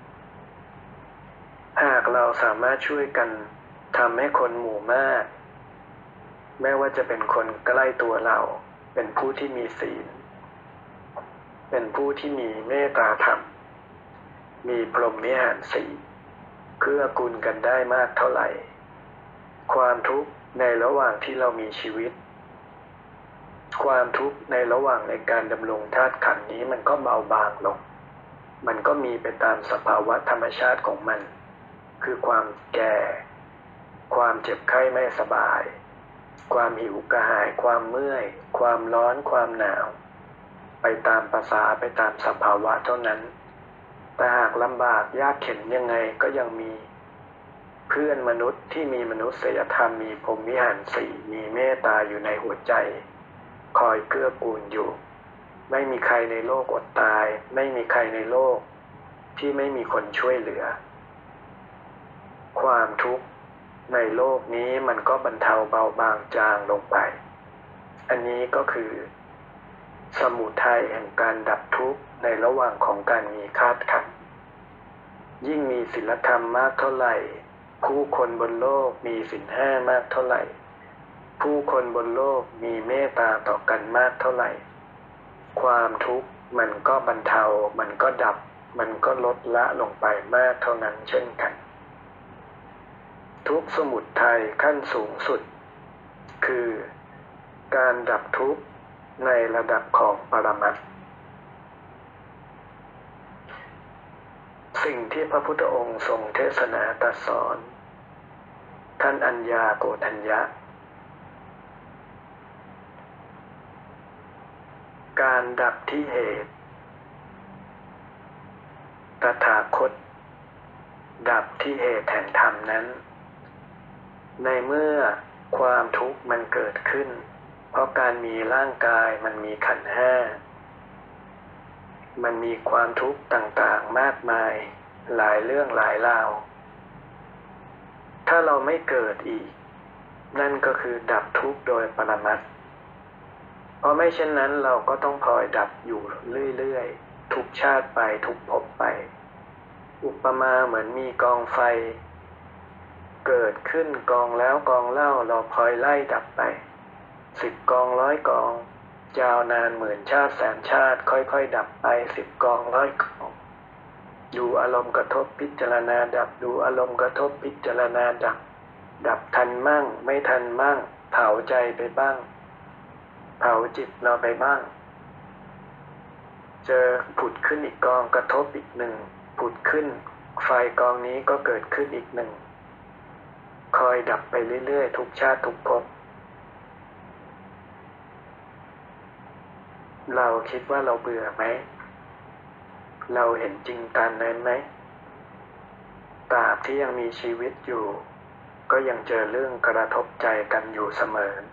หากเราสามารถช่วยกันทำให้คนหมู่มากแม้ว่าจะเป็นคนใกล้ตัวเราเป็นผู้ที่มีศีลเป็นผู้ที่มีเมตตาธรรมมีพรหมวิหารสี่เกื้อกูลกันได้มากเท่าไหร่ความทุกข์ในระหว่างที่เรามีชีวิตความทุกข์ในระหว่างในการดำรงธาตุขันธ์นี้มันก็เบาบางลงมันก็มีไปตามสภาวะธรรมชาติของมันคือความแก่ความเจ็บไข้ไม่สบายความหิวกระหายความเมื่อยความร้อนความหนาวไปตามภาษาไปตามสภาวะเท่านั้นแต่หากลำบากยากเข็ญยังไงก็ยังมีเพื่อนมนุษย์ที่มีมนุษยธรรมมีพรหมวิหารสี่มีเมตตาอยู่ในหัวใจคอยเกื้อกูลอยู่ไม่มีใครในโลกอดตายไม่มีใครในโลกที่ไม่มีคนช่วยเหลือความทุกข์ในโลกนี้มันก็บรรเทาเบาบางจางลงไปอันนี้ก็คือสมุทัยแห่งการดับทุกข์ในระหว่างของการมีธาตุขันธ์ยิ่งมีศีลธรรมมากเท่าไหร่ผู้คนบนโลกมีศีลห้ามากเท่าไหร่ผู้คนบนโลกมีเมตตาต่อกันมากเท่าไหร่ความทุกข์มันก็บรรเทามันก็ดับมันก็ลดละลงไปมากเท่านั้นเช่นกันทุกข์สมุทัยขั้นสูงสุดคือการดับทุกข์ในระดับของปรมัตถ์สิ่งที่พระพุทธองค์ทรงเทศนาตรัสสอนท่านอัญญาโกณทัญญะการดับที่เหตุตถาคตดับที่เหตุแห่งธรรมนั้นในเมื่อความทุกข์มันเกิดขึ้นเพราะการมีร่างกายมันมีขันธ์ห้ามันมีความทุกข์ต่างๆมากมายหลายเรื่องหลายราวถ้าเราไม่เกิดอีกนั่นก็คือดับทุกข์โดยปรมัตถ์เพราะไม่เช่นนั้นเราก็ต้องพลอยดับอยู่เรื่อยๆทุกชาติไปทุกภพไปอุปมาเหมือนมีกองไฟเกิดขึ้นกองแล้วกองเล่าเราพลอยไล่ดับไป10 กอง100 กองยาวนานหมื่นชาติแสนชาติค่อยๆดับไป10 กอง100 กองดูอารมณ์กระทบพิจารณาดับดูอารมณ์กระทบพิจารณาดับดับทันมั่งไม่ทันมั่งเผาใจไปบ้างเผาจิตเราไปบ้างเจอผุดขึ้นอีกกองกระทบอีกหนึ่งผุดขึ้นไฟกองนี้ก็เกิดขึ้นอีกหนึ่งคอยดับไปเรื่อยๆทุกชาติทุกภพเราคิดว่าเราเบื่อไหมเราเห็นจริงตามนั้นไหมตราบที่ยังมีชีวิตอยู่ก็ยังเจอเรื่องกระทบใจกันอยู่เสมอ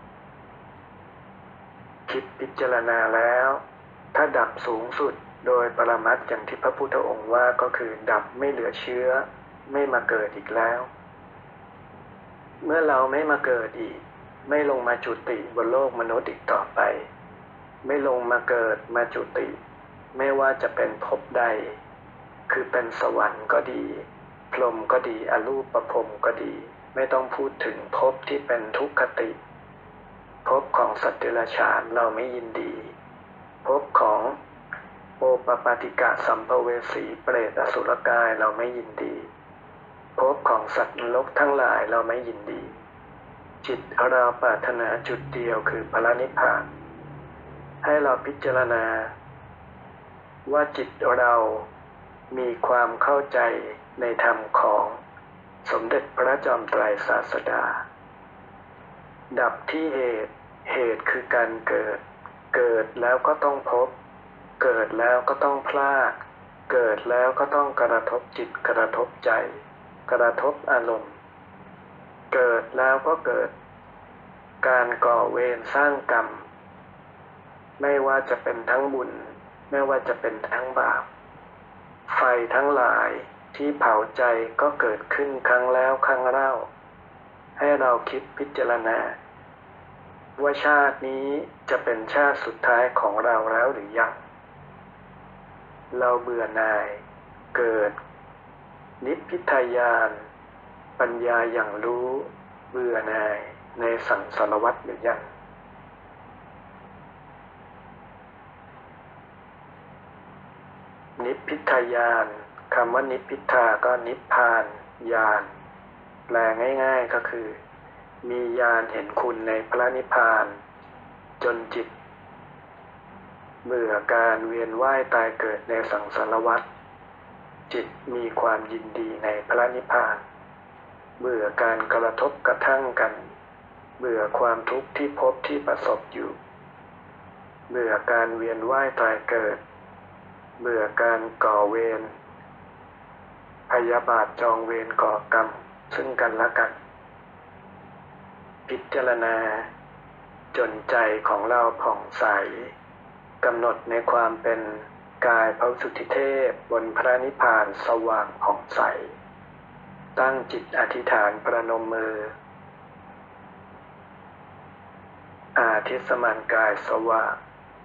คิดพิจารณาแล้วถ้าดับสูงสุดโดยปรมัตถ์อย่างที่พระพุทธองค์ว่าก็คือดับไม่เหลือเชื้อไม่มาเกิดอีกแล้วเมื่อเราไม่มาเกิดอีกไม่ลงมาจุติบนโลกมนุษย์อีกต่อไปไม่ลงมาเกิดมาจุติไม่ว่าจะเป็นภพใดคือเป็นสวรรค์ก็ดีพรหมก็ดีอรูปพรหมก็ดีไม่ต้องพูดถึงภพที่เป็นทุกขติภพของสัตว์เดรัจฉานเราไม่ยินดีภพของโอปปาติกะสัมภเวสีเปรตอสุรกายเราไม่ยินดีภพของสัตว์นรกทั้งหลายเราไม่ยินดีจิตเราปรารถนาจุดเดียวคือพระนิพพานให้เราพิจารณาว่าจิตเรามีความเข้าใจในธรรมของสมเด็จพระจอมไตรศาสดาดับที่เหตุคือการเกิดแล้วก็ต้องพบเกิดแล้วก็ต้องพลาดเกิดแล้วก็ต้องกระทบจิตกระทบใจกระทบอารมณ์เกิดแล้วก็เกิดการก่อเวรสร้างกรรมไม่ว่าจะเป็นทั้งบุญไม่ว่าจะเป็นทั้งบาปไฟทั้งหลายที่เผาใจก็เกิดขึ้นครั้งแล้วครั้งเล่าให้เราคิดพิจารณาว่าชาตินี้จะเป็นชาติสุดท้ายของเราแล้วหรือยังเราเบื่อหน่ายเกิดนิพพิทายานปัญญาอย่างรู้เบื่อหน่ายในสังสารวัฏหรือยังนิพพิทายานคำว่านิพพิทาก็นิพพานญาณแปลง่ายๆก็คือมีญาณเห็นคุณในพระนิพพานจนจิตเบื่อการเวียนว่ายตายเกิดในสังสารวัฏจิตมีความยินดีในพระนิพพานเบื่อการกระทบกระทั่งกันเบื่อความทุกข์ที่พบที่ประสบอยู่เบื่อการเวียนว่ายตายเกิดเบื่อการก่อเวรพยาบาทจองเวรก่อกรรมซึ่งกันและกันพิจารณาจนใจของเราผ่องใสกำหนดในความเป็นกายพระสุทธิเทพบนพระนิพพานสว่างผ่องใสตั้งจิตอธิษฐานประนมมืออาทิสมานกายสว่าง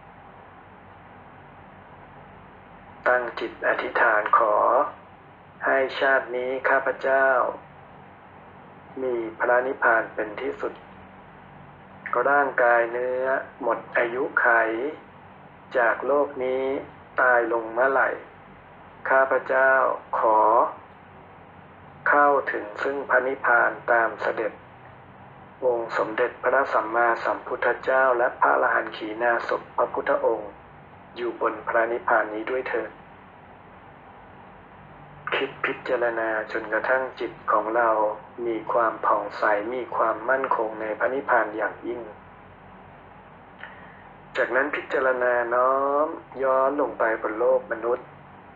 ตั้งจิตอธิษฐานขอให้ชาตินี้ข้าพเจ้ามีพระนิพพานเป็นที่สุดร่างกายเนื้อหมดอายุไขจากโลกนี้ตายลงเมื่อไหร่ข้าพเจ้าขอเข้าถึงซึ่งพระนิพพานตามเสด็จองค์สมเด็จพระสัมมาสัมพุทธเจ้าและพระอรหันต์ขีณาสพพระพุทธองค์อยู่บนพระนิพพานนี้ด้วยเถิดคิดพิจารณาจนกระทั่งจิตของเรามีความผ่องใสมีความมั่นคงในพระนิพพานอย่างยิ่งจากนั้นพิจารณาน้อมย้อนลงไปบนโลกมนุษย์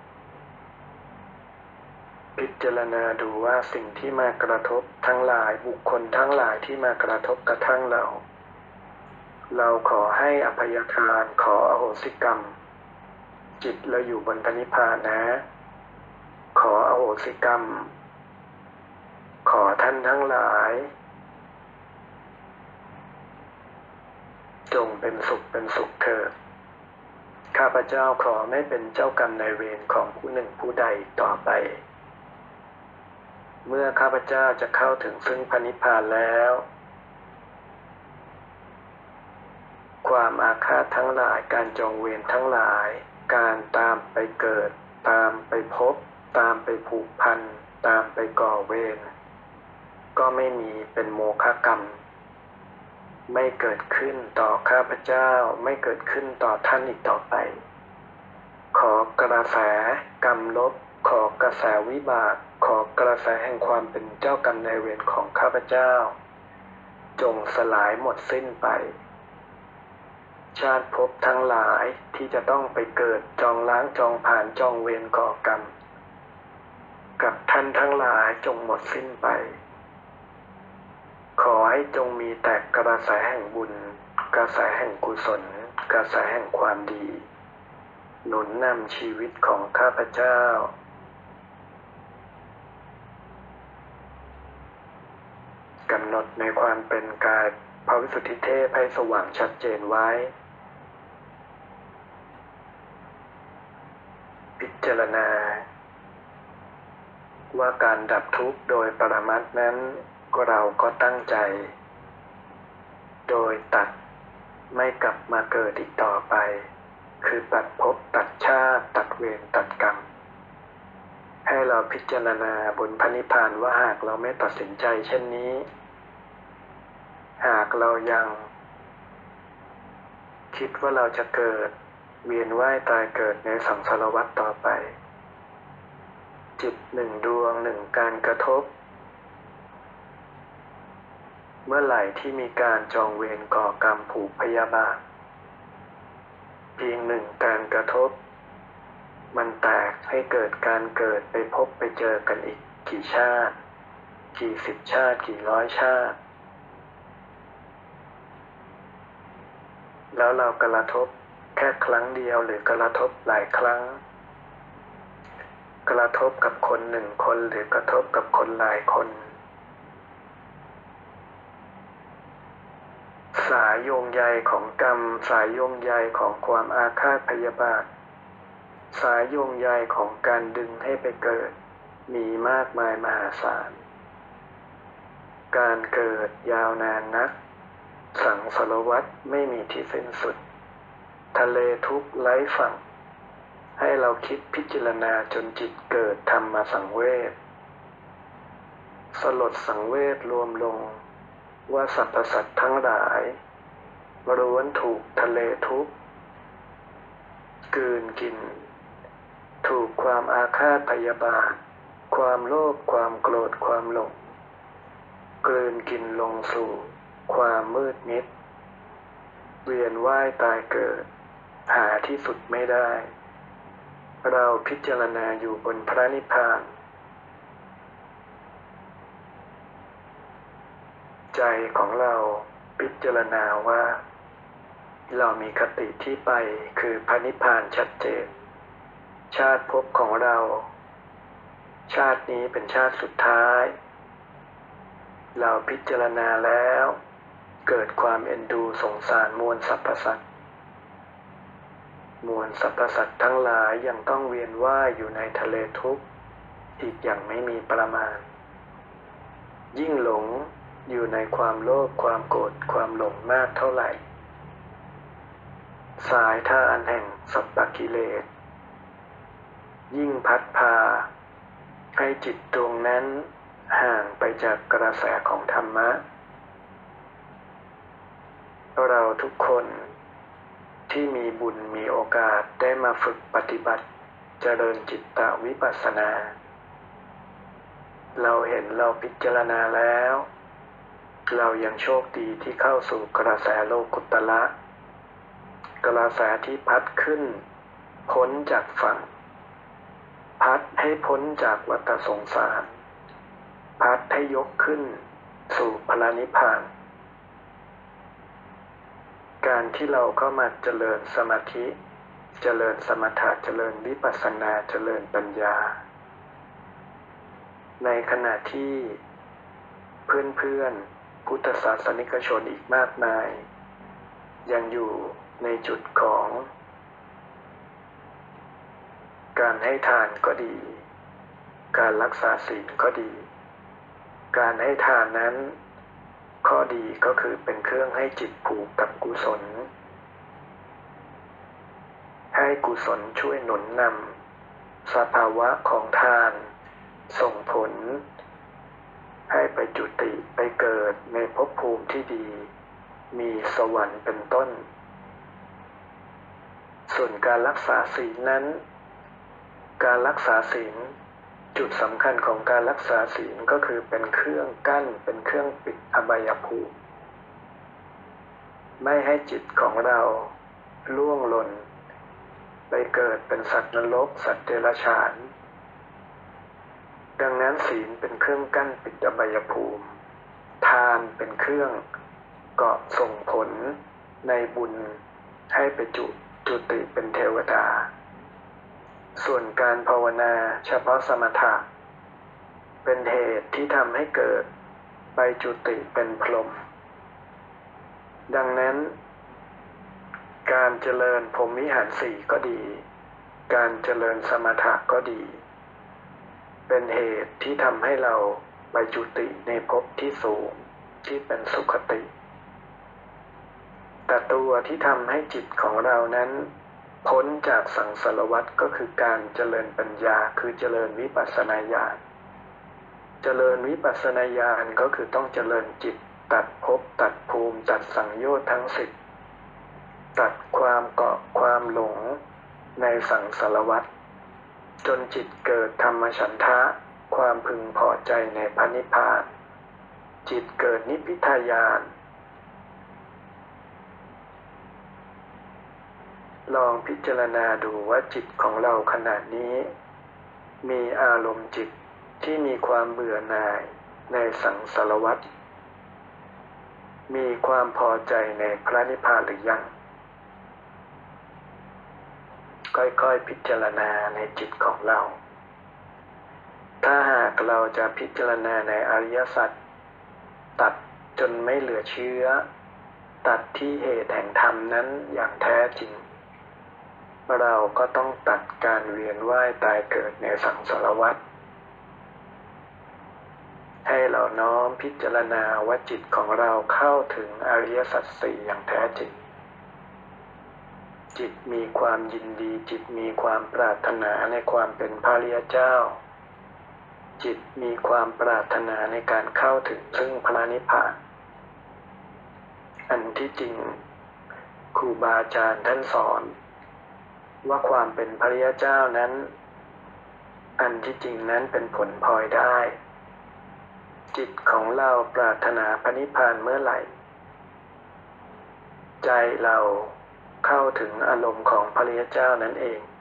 พิจารณาดูว่าสิ่งที่มากระทบทั้งหลายบุคคลทั้งหลายที่มากระทบกระทั่งเราขอให้อภัยทานขออโหสิกรรมจิตเราอยู่บนพระนิพพานนะขออโหสิกรรมขอท่านทั้งหลายจงเป็นสุขเถิดข้าพเจ้าขอไม่เป็นเจ้ากรรมนายเวรของผู้หนึ่งผู้ใดต่อไปเมื่อข้าพเจ้าจะเข้าถึงซึ่งพระนิพพานแล้วความอาฆาตทั้งหลายการจองเวรทั้งหลายการตามไปเกิดตามไปพบตามไปผูกพันตามไปก่อเวรก็ไม่มีเป็นโมฆะกรรมไม่เกิดขึ้นต่อข้าพเจ้าไม่เกิดขึ้นต่อท่านอีกต่อไปขอกระแสกรรมลบขอกระแสวิบากขอกระแสแห่งความเป็นเจ้ากรรมนายเวรของข้าพเจ้าจงสลายหมดสิ้นไปชาติภพทั้งหลายที่จะต้องไปเกิดจองล้างจองผ่านจองเวรก่อกรรมกับท่านทั้งหลายจงหมดสิ้นไปขอให้จงมีแต่กระแสแห่งบุญกระแสแห่งกุศลกระแสแห่งความดีหนุนนำชีวิตของข้าพเจ้ากำหนดในความเป็นกายพระวิสุทธิเทพให้สว่างชัดเจนไว้พิจารณาว่าการดับทุกข์โดยปรมัตถ์นั้นเราก็ตั้งใจโดยตัดไม่กลับมาเกิดอีกต่อไปคือตัดภพตัดชาติตัดเวรตัดกรรมให้เราพิจารณาบนพระนิพพานว่าหากเราไม่ตัดสินใจเช่นนี้หากเรายังคิดว่าเราจะเกิดเวียนว่ายตายเกิดในสังสารวัฏต่อไปจิตหนึ่งดวงหนึ่งการกระทบเมื่อไหร่ที่มีการจองเวรก่อกรรมผูกพยาบาทเพียงหนึ่งการกระทบมันแตกให้เกิดการเกิดไปพบไปเจอกันอีกกี่ชาติกี่สิบชาติกี่ร้อยชาติแล้วเรากระทบแค่ครั้งเดียวหรือกระทบหลายครั้งกระทบกับคนหนึ่งคนหรือกระทบกับคนหลายคนสายโยงใยของกรรมสายโยงใยของความอาฆาตพยาบาทสายโยงใยของการดึงให้ไปเกิดมีมากมายมหาศาลการเกิดยาวนานนักสังสารวัฏไม่มีที่สิ้นสุดทะเลทุกข์ไร้ฝั่งให้เราคิดพิจารณาจนจิตเกิดธรรมสังเวชสลดสังเวชรวมลงว่าสรรพสัตว์ทั้งหลายล้วนถูกทะเลทุกข์กลืนกินถูกความอาฆาตพยาบาทความโลภความโกรธความหลงกลืนกินลงสู่ความมืดมิดเวียนว่ายตายเกิดหาที่สุดไม่ได้เราพิจารณาอยู่บนพระนิพพานใจของเราพิจารณาว่าเรามีคติที่ไปคือพระนิพพานชัดเจนชาติภพของเราชาตินี้เป็นชาติสุดท้ายเราพิจารณาแล้วเกิดความเอ็นดูสงสารมวลสรรพสัตว์มวลสรรพสัตว์ทั้งหลายยังต้องเวียนว่ายอยู่ในทะเลทุกข์อีกอย่างไม่มีประมาณยิ่งหลงอยู่ในความโลภความโกรธความหลงมากเท่าไหร่สายทานแห่งสัพพกิเลสยิ่งพัดพาให้จิตดวงนั้นห่างไปจากกระแสของธรรมะเราทุกคนที่มีบุญมีโอกาสได้มาฝึกปฏิบัติเจริญจิตตวิปัสสนาเราเห็นเราพิจารณาแล้ว เรายังโชคดีที่เข้าสู่กระแสโลกุตระกระแสที่พัดขึ้นพ้นจากฝั่งพัดให้พ้นจากวัฏสงสารพัดให้ยกขึ้นสู่พระนิพพานการที่เราเข้ามาเจริญสมาธิเจริญสมถะเจริญวิปัสสนาเจริญปัญญาในขณะที่เพื่อนๆพุทธศาสนิกชนอีกมากมายยังอยู่ในจุดของการให้ทานก็ดีการรักษาศีลก็ดีการให้ทานนั้นข้อดีก็คือเป็นเครื่องให้จิตผูกกับกุศลให้กุศลช่วยหนุนนำสภาวะของทานส่งผลให้ไปจุติไปเกิดในภพภูมิที่ดีมีสวรรค์เป็นต้นส่วนการรักษาศีลนั้นการรักษาศีลจุดสำคัญของการรักษาศีลก็คือเป็นเครื่องกั้นเป็นเครื่องปิดอบายภูมิไม่ให้จิตของเราล่วงหล่นไปเกิดเป็นสัตว์นรกสัตว์เดรัจฉานดังนั้นศีลเป็นเครื่องกั้นปิดอบายภูมิทานเป็นเครื่องเกาะส่งผลในบุญให้ไปจุติเป็นเทวดาส่วนการภาวนาเฉพาะสมถะเป็นเหตุที่ทำให้เกิดไปจุติเป็นพรหมดังนั้นการเจริญพรหมวิหารสี่ก็ดีการเจริญสมถะก็ดีเป็นเหตุที่ทำให้เราไปจุติในภพที่สูงที่เป็นสุคติแต่ตัวที่ทำให้จิตของเรานั้นพ้นจากสังสารวัฏก็คือการเจริญปัญญาคือเจริญวิปัสสนาญาณเจริญวิปัสสนาญาณก็คือต้องเจริญจิตตัดภพตัดภูมิตัดสังโยชน์ทั้ง10ตัดความเกาะความหลงในสังสารวัฏจนจิตเกิดธรรมฉันทะความพึงพอใจในพระนิพพานจิตเกิดนิพพิทายาน ลองพิจารณาดูว่าจิตของเราขณะนี้มีอารมณ์จิตที่มีความเบื่อหน่ายในสังสารวัฏมีความพอใจในพระนิพพานหรือยังค่อยๆพิจารณาในจิตของเราถ้าหากเราจะพิจารณาในอริยสัจตัดจนไม่เหลือเชื้อตัดที่เหตุแห่งธรรมนั้นอย่างแท้จริงเราก็ต้องตัดการเวียนว่ายตายเกิดในสังสารวัฏให้เราน้อมพิจารณาว่าจิตของเราเข้าถึงอริยสัจสี่อย่างแท้จริงจิตมีความยินดีจิตมีความปรารถนาในความเป็นพระอริยเจ้าจิตมีความปรารถนาในการเข้าถึงซึ่งพระนิพพานอันที่จริงครูบาอาจารย์ท่านสอนว่าความเป็นพระอริยเจ้านั้นอันที่จริงนั้นเป็นผลพลอยได้จิตของเราปรารถนาพระนิพพานเมื่อไหร่ใจเราเข้าถึงอารมณ์ของพระอริยเจ้านั่นเอง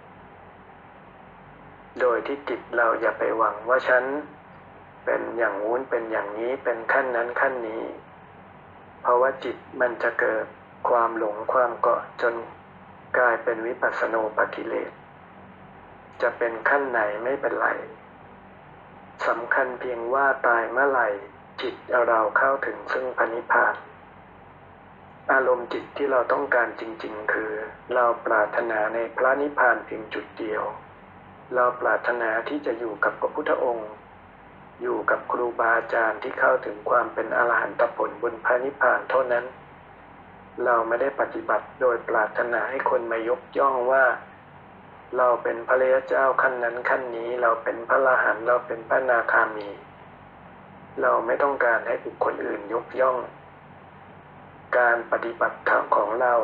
โดยที่จิตเราอย่าไปหวังว่าฉันเป็นอย่างงู้นเป็นอย่างนี้เป็นขั้นนั้นขั้นนี้เพราะว่าจิตมันจะเกิดความหลงความเกาะจนกลายเป็นวิปัสสนูปกิเลสจะเป็นขั้นไหนไม่เป็นไรสำคัญเพียงว่าตายเมื่อไหร่จิตเราเข้าถึงซึ่งพระนิพพานอารมณ์จิตที่เราต้องการจริงๆคือเราปรารถนาในพระนิพพานเพียงจุดเดียวเราปรารถนาที่จะอยู่กับพระพุทธองค์อยู่กับครูบาอาจารย์ที่เข้าถึงความเป็นอรหันตผลบนพระนิพพานเท่านั้นเราไม่ได้ปฏิบัติโดยปรารถนาให้คนมายกย่องว่าเราเป็นพระอริยเจ้าขั้นนั้นขั้นนี้เราเป็นพระอรหันต์เราเป็นพระอนาคามีเราไม่ต้องการให้บุคคลอื่นยกย่องการปฏิบัติธรรมของเรา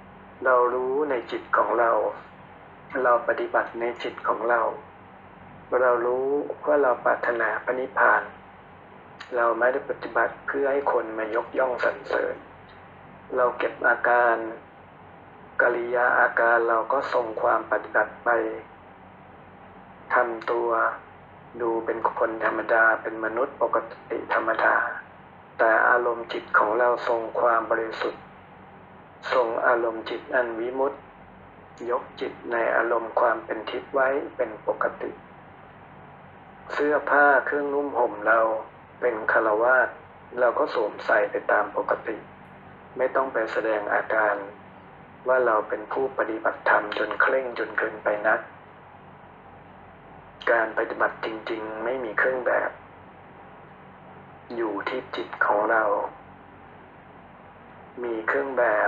รู้ในจิตของเราปฏิบัติในจิตของเราเรารู้ว่าเราปรารถนาพระนิพพานเราไม่ได้ปฏิบัติเพื่อให้คนมายกย่องสรรเสริญเราเก็บอาการกิริยาอาการเราก็ทรงความปฏิบัติไปทำตัวดูเป็นคนธรรมดาเป็นมนุษย์ปกติธรรมดาแต่อารมณ์จิตของเราทรงความบริสุทธิ์ทรงอารมณ์จิตอันวิมุตติยกจิตในอารมณ์ความเป็นทิพย์ไว้เป็นปกติเสื้อผ้าเครื่องนุ่งห่มเราเป็นฆราวาสเราก็สวมใส่ไปตามปกติไม่ต้องไปแสดงอาการว่าเราเป็นผู้ปฏิบัติธรรมจนเคร่งจนเกินไปนักการปฏิบัติจริงๆไม่มีเครื่องแบบอยู่ที่จิตของเรามีเครื่องแบบ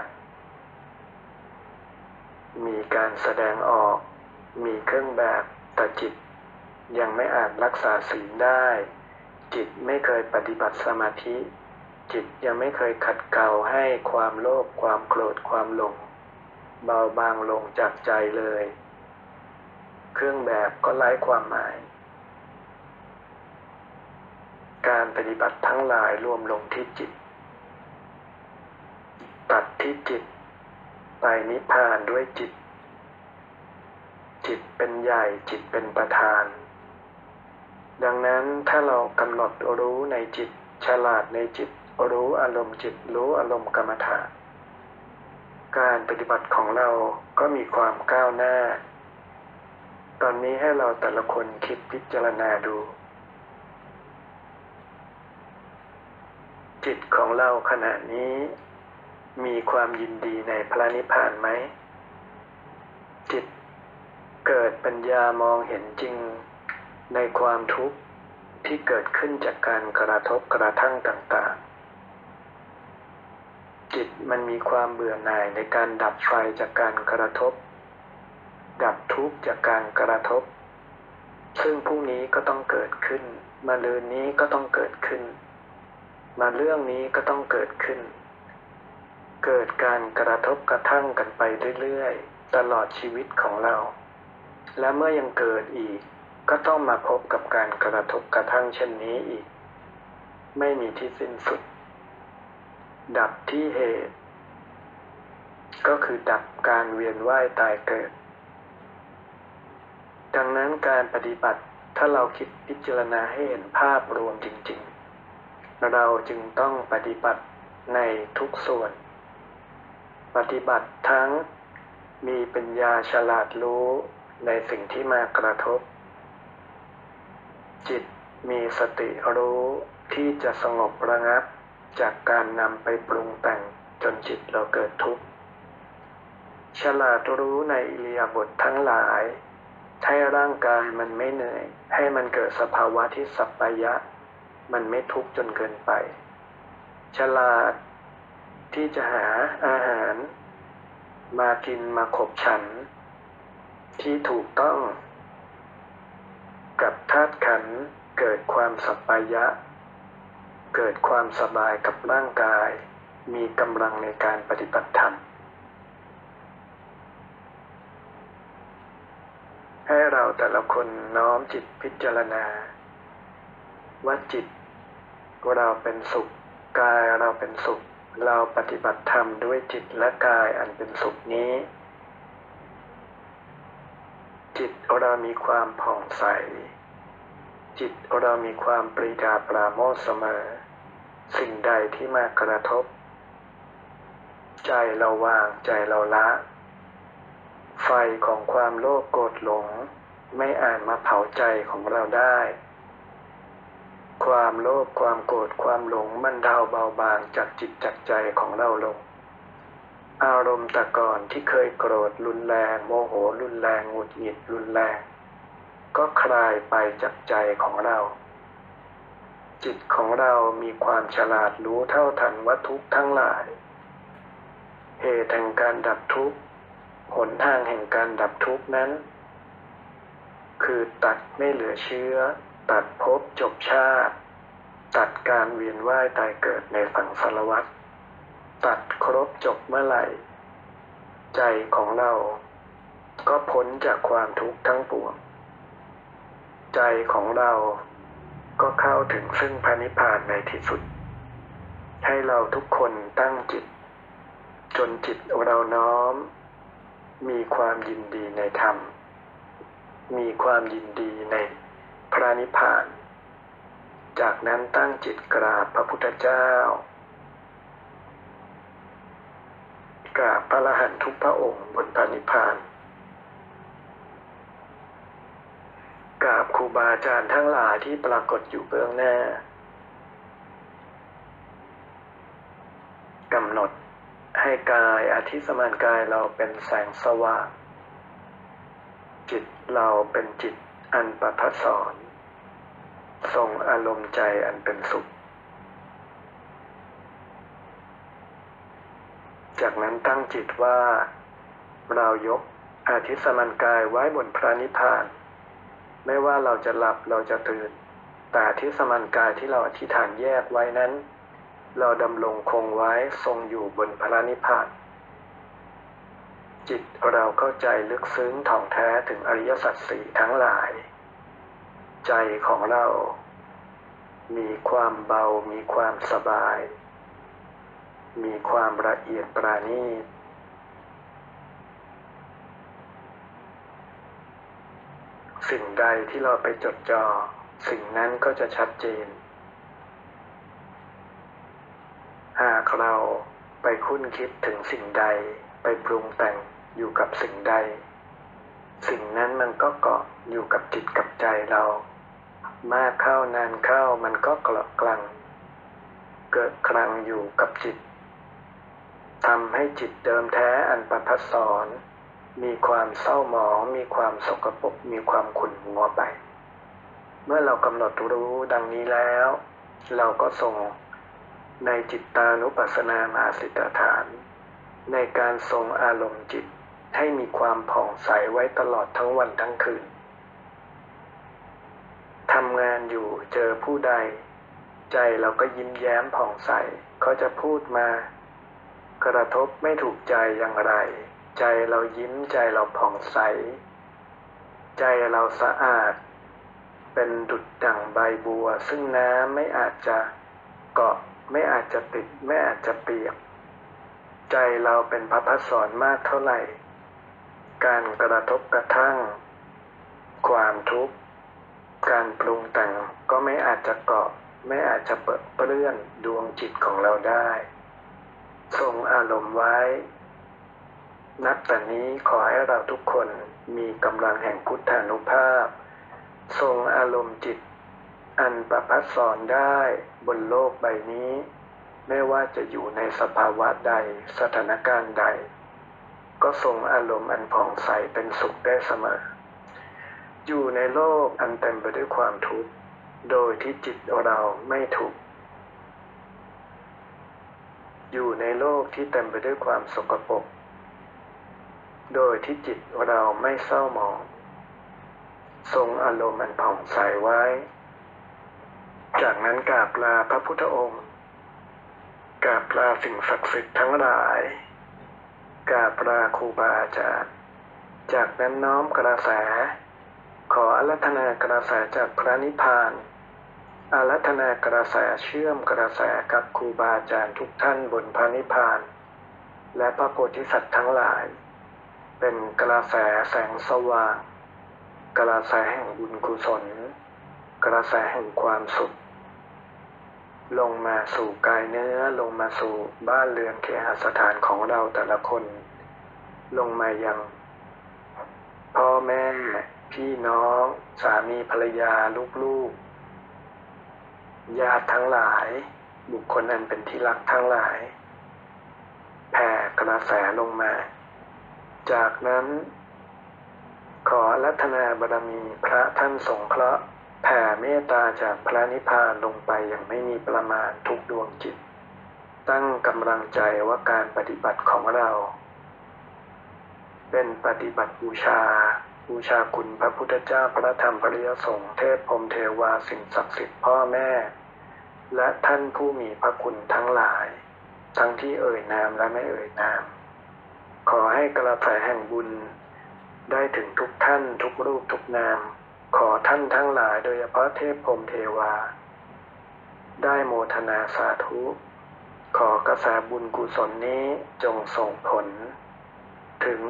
มีการแสดงออกมีเครื่องแบบแต่จิตยังไม่อาจรักษาศีลได้จิตไม่เคยปฏิบัติสมาธิจิตยังไม่เคยขัดเกลาให้ความโลภความโกรธความหลงเบาบางลงจากใจเลยเครื่องแบบก็ไร้ความหมายการปฏิบัติทั้งหลายรวมลงที่จิตตัดที่จิตไปนิพพานด้วยจิตจิตเป็นใหญ่จิตเป็นประธานดังนั้นถ้าเรากำหนดรู้ในจิตฉลาดในจิตรู้อารมณ์จิตรู้อารมณ์กรรมฐานการปฏิบัติของเราก็มีความก้าวหน้าตอนนี้ให้เราแต่ละคนคิดพิจารณาดูจิตของเราขณะนี้มีความยินดีในพระนิพพานไหมจิตเกิดปัญญามองเห็นจริงในความทุกข์ที่เกิดขึ้นจากการกระทบกระทั่งต่างๆจิตมันมีความเบื่อหน่ายในการดับไฟจากการกระทบดับทุกข์จากการกระทบซึ่งพรุ่งนี้ก็ต้องเกิดขึ้นมะรืนนี้ก็ต้องเกิดขึ้นมาเรื่องนี้ก็ต้องเกิดขึ้นเกิดการกระทบกระทั่งกันไปเรื่อยๆตลอดชีวิตของเราและเมื่อยังเกิดอีกก็ต้องมาพบกับการกระทบกระทั่งเช่นนี้อีกไม่มีที่สิ้นสุดดับที่เหตุก็คือดับการเวียนว่ายตายเกิดดังนั้นการปฏิบัติถ้าเราคิดพิจารณาให้เห็นภาพรวมจริงๆเราจึงต้องปฏิบัติในทุกส่วนปฏิบัติทั้งมีปัญญาฉลาดรู้ในสิ่งที่มากระทบจิตมีสติรู้ที่จะสงบระงับจากการนำไปปรุงแต่งจนจิตเราเกิดทุกข์ฉลาดรู้ในอิริยาบถทั้งหลายให้ร่างกายมันไม่เหนื่อยให้มันเกิดสภาวะที่สัปปายะมันไม่ทุกข์จนเกินไปฉลาดที่จะหาอาหารมากินมาขบฉันที่ถูกต้องกับธาตุขันธ์เกิดความสัปปายะเกิดความสบายกับร่างกายมีกำลังในการปฏิบัติธรรมให้เราแต่ละคนน้อมจิตพิจารณาว่าจิตเราเป็นสุขกายเราเป็นสุขเราปฏิบัติธรรมด้วยจิตและกายอันเป็นสุขนี้จิตเรามีความผ่องใสจิตเรามีความปรีดาปราโมทย์เสมอสิ่งใดที่มากระทบใจเราวางใจเราละไฟของความโลภโกรธหลงไม่อาจมาเผาใจของเราได้ความโลภความโกรธความหลงมันเบาเบาบางจากจิตจากใจของเราลงอารมณ์แต่ก่อนที่เคยโกรธรุนแรงโมโหรุนแรงหงุดหงิดรุนแรงก็คลายไปจากใจของเราจิตของเรามีความฉลาดรู้เท่าทันว่าทุกข์ทั้งหลายเหตุแห่งการดับทุกข์หนทางแห่งการดับทุกข์นั้นคือตัดไม่เหลือเชื้อตัดภพจบชาติตัดการเวียนว่ายตายเกิดในสังสารวัฏตัดครบจบเมื่อไหร่ใจของเราก็พ้นจากความทุกข์ทั้งปวงใจของเราก็เข้าถึงซึ่งพระนิพพานในที่สุดให้เราทุกคนตั้งจิตจนจิตเราน้อมมีความยินดีในธรรมมีความยินดีในพระนิพพานจากนั้นตั้งจิตกราบพระพุทธเจ้ากราบพระอรหันตุทุกพระองค์บนพระนิพพานกราบครูบาอาจารย์ทั้งหลายที่ปรากฏอยู่เบื้องหน้ากำหนดให้กายอธิสมานกายเราเป็นแสงสว่างจิตเราเป็นจิตอันประภัสสรทรงอารมณ์ใจอันเป็นสุขจากนั้นตั้งจิตว่าเรายกอธิสมานกายไว้บนพระนิพพานไม่ว่าเราจะหลับเราจะตื่นแต่อธิสมานกายที่เราอธิษฐานแยกไว้นั้นเราดำรงคงไว้ทรงอยู่บนพระนิพพานจิตเราเข้าใจลึกซึ้งถ่องแท้ถึงอริยสัจสี่ทั้งหลายใจของเรามีความเบามีความสบายมีความละเอียดปราณีตสิ่งใดที่เราไปจดจ่อสิ่งนั้นก็จะชัดเจนหากเราไปคุ้นคิดถึงสิ่งใดไปปรุงแต่งอยู่กับสิ่งใดสิ่งนั้นมันก็เกาะอยู่กับจิตกับใจเรามากเข้านานเข้ามันก็เกาะกลั่นเกิดคลั่งอยู่กับจิตทำให้จิตเดิมแท้อันประภัสสรมีความเศร้าหมองมีความสกปรกมีความขุ่นมัวไปเมื่อเรากำหนดรู้ดังนี้แล้วเราก็ทรงในจิตตานุปัสสนามหาสิทธฐานในการทรงอารมณ์จิตให้มีความผ่องใสไว้ตลอดทั้งวันทั้งคืนทำงานอยู่เจอผู้ใดใจเราก็ยิ้มแย้มผ่องใสเขาจะพูดมากระทบไม่ถูกใจอย่างไรใจเรายิ้มใจเราผ่องใสใจเราสะอาดเป็นดุจดั่งใบบัวซึ่งน้ำไม่อาจจะเกาะไม่อาจจะติดไม่อาจจะเปียกใจเราเป็นพระภัสสรมากเท่าไหร่การกระทบกระทั่งความทุกข์การปรุงแต่งก็ไม่อาจจะเกาะไม่อาจจะเปื้อนดวงจิตของเราได้ทรงอารมณ์ไว้นับแต่นี้ขอให้เราทุกคนมีกำลังแห่งพุทธานุภาพทรงอารมณ์จิตอันประภัสสรได้บนโลกใบนี้ไม่ว่าจะอยู่ในสภาวะใดสถานการณ์ใดก็ทรงอารมณ์อันผ่องใสเป็นสุขได้เสมออยู่ในโลกอันเต็มไปด้วยความทุกข์โดยที่จิตเราไม่ทุกข์อยู่ในโลกที่เต็มไปด้วยความสกปรกโดยที่จิตเราไม่เศร้าหมองทรงอารมณ์อันผ่องใสไว้จากนั้นกราบลาพระพุทธองค์กราบลาสิ่งศักดิ์สิทธิ์ทั้งหลายกราบลาครูบาอาจารย์จากนั้นน้อมกระแสขออาราธนากระแสจากพระนิพพานอาราธนากระแสเชื่อมกระแสกับครูบาอาจารย์ทุกท่านบนพระนิพพานและพระโพธิสัตว์ทั้งหลายเป็นกระแสแสงสว่างกระแสแห่งบุญกุศลกระแสแห่งความสุขลงมาสู่กายเนื้อลงมาสู่บ้านเรือนเคหสถานของเราแต่ละคนลงมายังพ่อแม่พี่น้องสามีภรรยาลูกๆญาติทั้งหลายบุคคลอันเป็นที่รักทั้งหลายแผ่กระแสลงมาจากนั้นขออาราธนาบารมีพระท่านสงเคราะห์แผ่เมตตาจากพระนิพพานลงไปอย่างไม่มีประมาณทุกดวงจิตตั้งกำลังใจว่าการปฏิบัติของเราเป็นปฏิบัติบูชาคุณพระพุทธเจ้าพระธรรมพระริยสงฆ์เทพพรหมเทวาสิ่งศักดิ์สิทธิ์พ่อแม่และท่านผู้มีพระคุณทั้งหลายทั้งที่เอ่ยนามและไม่เอ่ยนามขอให้กระแสแห่งบุญได้ถึงทุกท่านทุกรูปทุกนามขอท่านานทั้งหลายโดยเฉพาะเทพพรหมเทวาได้โมทนาสาธุขอกระแสบุญกุศลนี้จงส่งผลถึง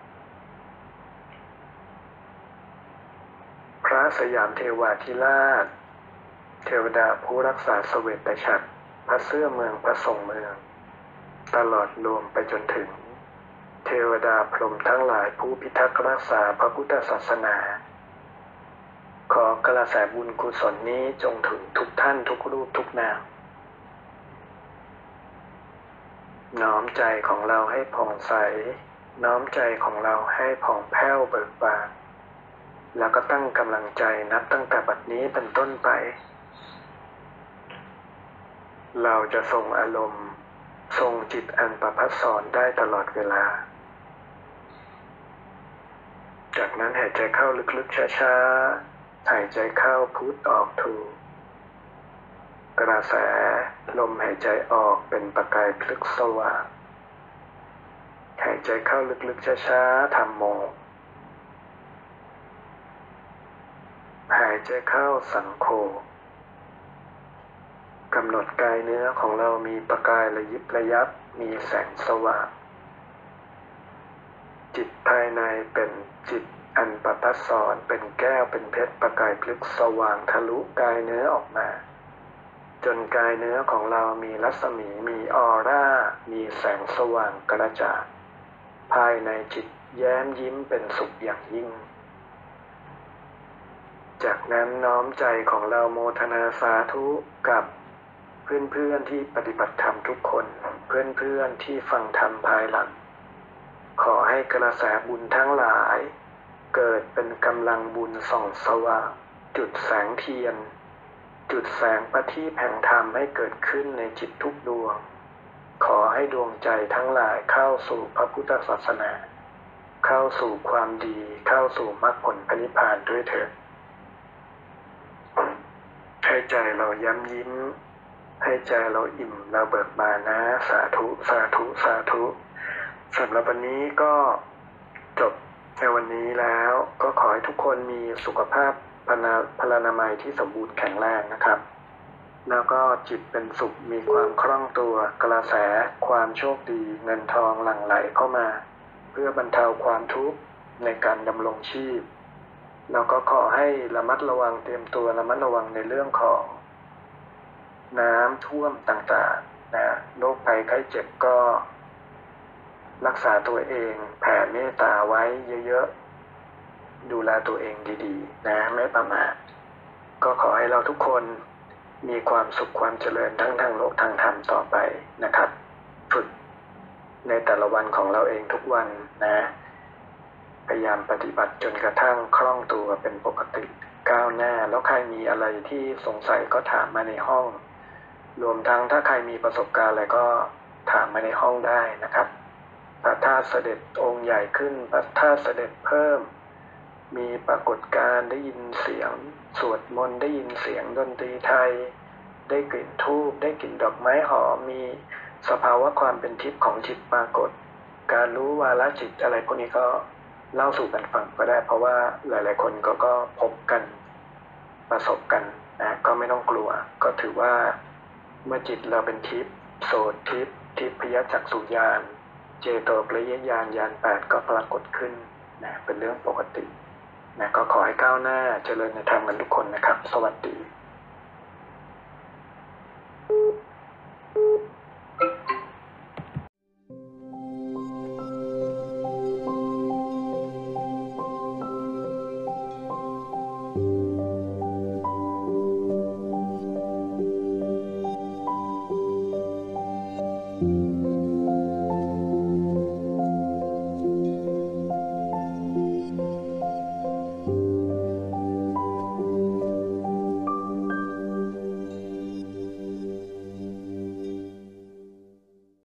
พระสยามเทวาธิราชเทวดาผู้รักษาเสวตฉัตรพระเสื้อเมืองพระทรงเมืองตลอดรวมไปจนถึงเทวดาพรหมทั้งหลายผู้พิทักษ์รักษาพระพุทธศาสนาขอกระแสบุญกุศลนี้จงถึงทุกท่านทุกรูปทุกนามน้อมใจของเราให้ผ่องใสน้อมใจของเราให้ผ่องแผ้วเบิกบานแล้วก็ตั้งกำลังใจนับตั้งแต่บัดนี้เป็นต้นไปเราจะทรงอารมณ์ทรงจิตอันประภัสสรได้ตลอดเวลาจากนั้นหายใจเข้าลึกๆช้าๆหายใจเข้าพุทออกโทกระแสลมหายใจออกเป็นประกายพลึกสว่างหายใจเข้าลึกๆช้าๆธัมโมหายใจเข้าสังโฆกำหนดกายเนื้อของเรามีประกายระยิบระยับมีแสงสว่างจิตภายในเป็นจิตอันประภัสสรเป็นแก้วเป็นเพชรประกายพลึกสว่างทะลุกายเนื้อออกมาจนกายเนื้อของเรามีรัศมีมีออร่ามีแสงสว่างกระจ่างภายในจิตแย้มยิ้มเป็นสุขอย่างยิ่งจากนั้นน้อมใจของเราโมทนาสาธุกับเพื่อนๆที่ปฏิบัติธรรมทุกคนเพื่อนๆที่ฟังธรรมภายหลังขอให้กระแสบุญทั้งหลายเกิดเป็นกำลังบุญส่องสว่างจุดแสงเทียนจุดแสงประทีปแห่งธรรมให้เกิดขึ้นในจิตทุกดวงขอให้ดวงใจทั้งหลายเข้าสู่พระพุทธศาสนาเข้าสู่ความดีเข้าสู่มรรคผลนิพพานด้วยเถิดให้ใจเราย้ำยิ้มให้ใจเราอิ่มเราเบิกบานนะสาธุสาธุสาธุสำหรับวันนี้ก็จบในวันนี้แล้วก็ขอให้ทุกคนมีสุขภาพพลานามัยที่สมบูรณ์แข็งแรงนะครับแล้วก็จิตเป็นสุขมีความคล่องตัวกระแสความโชคดีเงินทองหลั่งไหลเข้ามาเพื่อบรรเทาความทุกข์ในการดำรงชีพแล้วก็ขอให้ระมัดระวังเตรียมตัวระมัดระวังในเรื่องของน้ำท่วมต่างๆนะโรคภัยไข้เจ็บก็รักษาตัวเองแผ่เมตตาไว้เยอะๆดูแลตัวเองดีๆนะไม่ประมาทก็ขอให้เราทุกคนมีความสุขความเจริญทั้งทางโลกทางธรรมต่อไปนะครับฝึกในแต่ละวันของเราเองทุกวันนะพยายามปฏิบัติจนกระทั่งคล่องตัวเป็นปกติก้าวหน้าแล้วใครมีอะไรที่สงสัยก็ถามมาในห้องรวมทั้งถ้าใครมีประสบการณ์อะไรก็ถามมาในห้องได้นะครับพระธาตุเสด็จองค์ใหญ่ขึ้นพระธาตุเสด็จเพิ่มมีปรากฏการณ์ได้ยินเสียงสวดมนต์ได้ยินเสียงดนตรีไทยได้กลิ่นธูปได้กลิ่นดอกไม้หอมมีสภาวะความเป็นทิพย์ของจิตปรากฏการรู้วาระจิตอะไรพวกนี้ก็เล่าสู่กันฟังก็ได้เพราะว่าหลายๆคนก็พบกันประสบกันนะก็ไม่ต้องกลัวก็ถือว่าเมื่อจิตเราเป็นทิพย์โสตทิพย์ทิพยจักษุญาณเจโตปริยญาณญาณ8ก็ปรากฏขึ้นนะเป็นเรื่องปกตินะก็ขอให้ก้าวหน้าเจริญในธรรมกันทุกคนนะครับสวัสดี